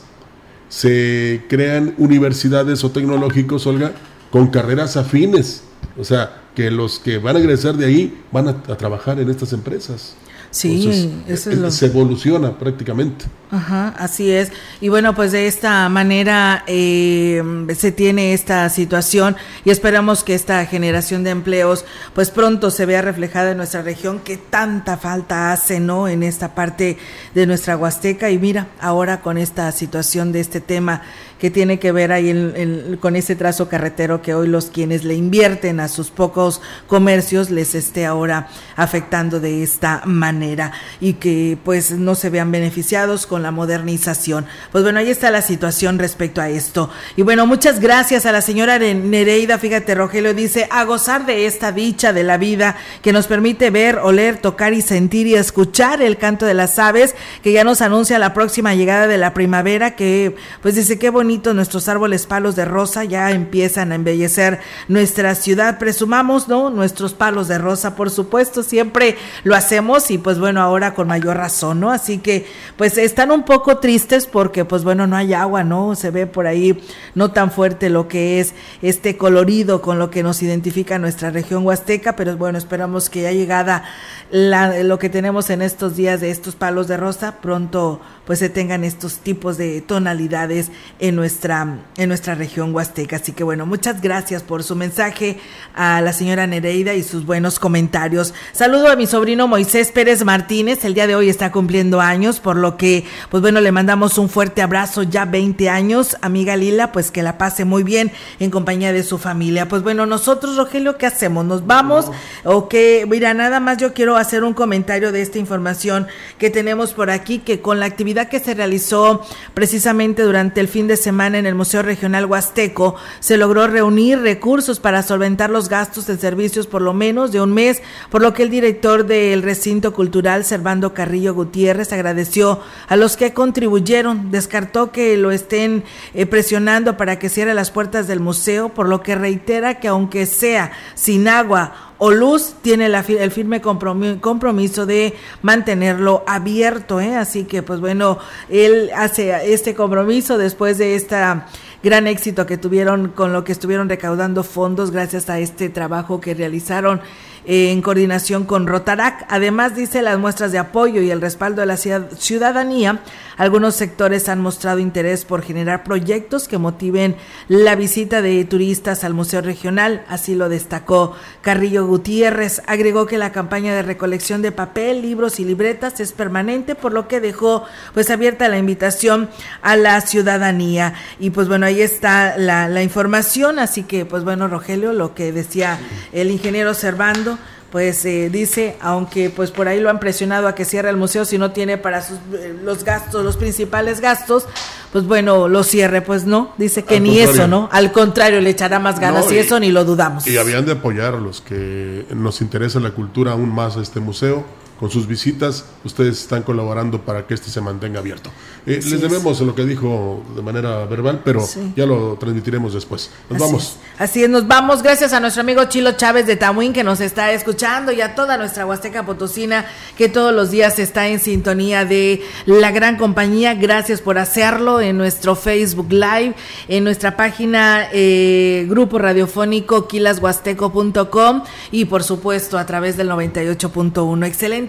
[SPEAKER 7] se crean universidades o tecnológicos, Olga, con carreras afines. O sea, que los que van a egresar de ahí van a, a trabajar en estas empresas.
[SPEAKER 6] Sí,
[SPEAKER 7] Entonces,
[SPEAKER 6] eso es lo...
[SPEAKER 7] se evoluciona prácticamente.
[SPEAKER 6] Ajá, así es. Y bueno, pues de esta manera eh, se tiene esta situación y esperamos que esta generación de empleos pues pronto se vea reflejada en nuestra región, que tanta falta hace, ¿no?, en esta parte de nuestra Huasteca. Y mira, ahora con esta situación de este tema que tiene que ver ahí en, en, con ese trazo carretero que hoy los quienes le invierten a sus pocos comercios les esté ahora afectando de esta manera y que pues no se vean beneficiados con la modernización. Pues bueno, ahí está la situación respecto a esto. Y bueno, muchas gracias a la señora Nereida. Fíjate, Rogelio dice, a gozar de esta dicha de la vida que nos permite ver, oler, tocar y sentir y escuchar el canto de las aves, que ya nos anuncia la próxima llegada de la primavera, que pues dice, qué bonito, nuestros árboles palos de rosa ya empiezan a embellecer nuestra ciudad. Presumamos, ¿no?, nuestros palos de rosa, por supuesto, siempre lo hacemos y pues bueno, ahora con mayor razón, ¿no? Así que pues están un poco tristes porque pues bueno, no hay agua, ¿no? Se ve por ahí no tan fuerte lo que es este colorido con lo que nos identifica nuestra región huasteca, pero bueno, esperamos que ya llegada la, lo que tenemos en estos días de estos palos de rosa, pronto pues se tengan estos tipos de tonalidades en nuestra, en nuestra región huasteca. Así que bueno, muchas gracias por su mensaje a la señora Nereida y sus buenos comentarios. Saludo a mi sobrino Moisés Pérez Martínez, el día de hoy está cumpliendo años, por lo que pues bueno, le mandamos un fuerte abrazo, ya veinte años, amiga Lila, pues que la pase muy bien en compañía de su familia. Pues bueno, nosotros, Rogelio, ¿qué hacemos? ¿Nos vamos? O que, mira, nada más yo quiero hacer un comentario de esta información que tenemos por aquí, que con la actividad que se realizó precisamente durante el fin de semana en el Museo Regional Huasteco, se logró reunir recursos para solventar los gastos de servicios por lo menos de un mes, por lo que el director del recinto cultural, Servando Carrillo Gutiérrez, agradeció a los que contribuyeron, descartó que lo estén eh, presionando para que cierre las puertas del museo, por lo que reitera que aunque sea sin agua o luz, tiene la, el firme compromiso de mantenerlo abierto, ¿eh? Así que pues bueno, él hace este compromiso después de esta gran éxito que tuvieron con lo que estuvieron recaudando fondos gracias a este trabajo que realizaron en coordinación con Rotarac. Además, dice, las muestras de apoyo y el respaldo de la ciudadanía, algunos sectores han mostrado interés por generar proyectos que motiven la visita de turistas al Museo Regional, así lo destacó Carrillo Gutiérrez. Agregó que la campaña de recolección de papel, libros y libretas es permanente, por lo que dejó pues abierta la invitación a la ciudadanía. Y pues bueno, ahí está la, la información, así que pues bueno, Rogelio, lo que decía el ingeniero Servando, pues eh, dice, aunque pues por ahí lo han presionado a que cierre el museo si no tiene para sus, eh, los gastos, los principales gastos, pues bueno, lo cierre, pues no, dice que ni eso, ¿no? Al contrario, le echará más ganas, no, y, y eso ni lo dudamos.
[SPEAKER 7] Y habían de apoyar a los que nos interesa la cultura aún más a este museo. Con sus visitas, ustedes están colaborando para que este se mantenga abierto. Eh, les debemos es. lo que dijo de manera verbal, pero sí, ya lo transmitiremos después. Nos
[SPEAKER 6] Así
[SPEAKER 7] vamos.
[SPEAKER 6] Es. Así es, nos vamos. Gracias a nuestro amigo Chilo Chávez de Tamuín, que nos está escuchando, y a toda nuestra Huasteca Potosina, que todos los días está en sintonía de la gran compañía. Gracias por hacerlo en nuestro Facebook Live, en nuestra página eh, Grupo Radiofónico quilas huasteco punto com y por supuesto a través del noventa y ocho punto uno. Excelente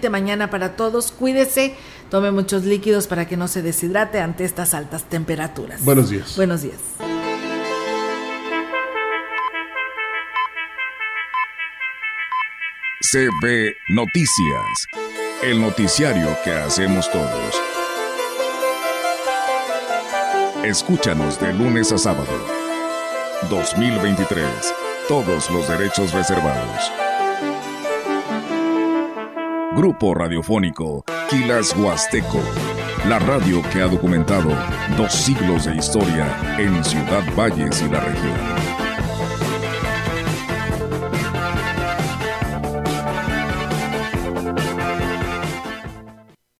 [SPEAKER 6] Excelente mañana para todos. Cuídese, tome muchos líquidos para que no se deshidrate ante estas altas temperaturas.
[SPEAKER 7] Buenos días.
[SPEAKER 6] Buenos días.
[SPEAKER 1] C B Noticias, el noticiario que hacemos todos. Escúchanos de lunes a sábado. dos mil veintitrés. Todos los derechos reservados. Grupo Radiofónico Quilas Huasteco. La radio que ha documentado dos siglos de historia en Ciudad Valles y la región.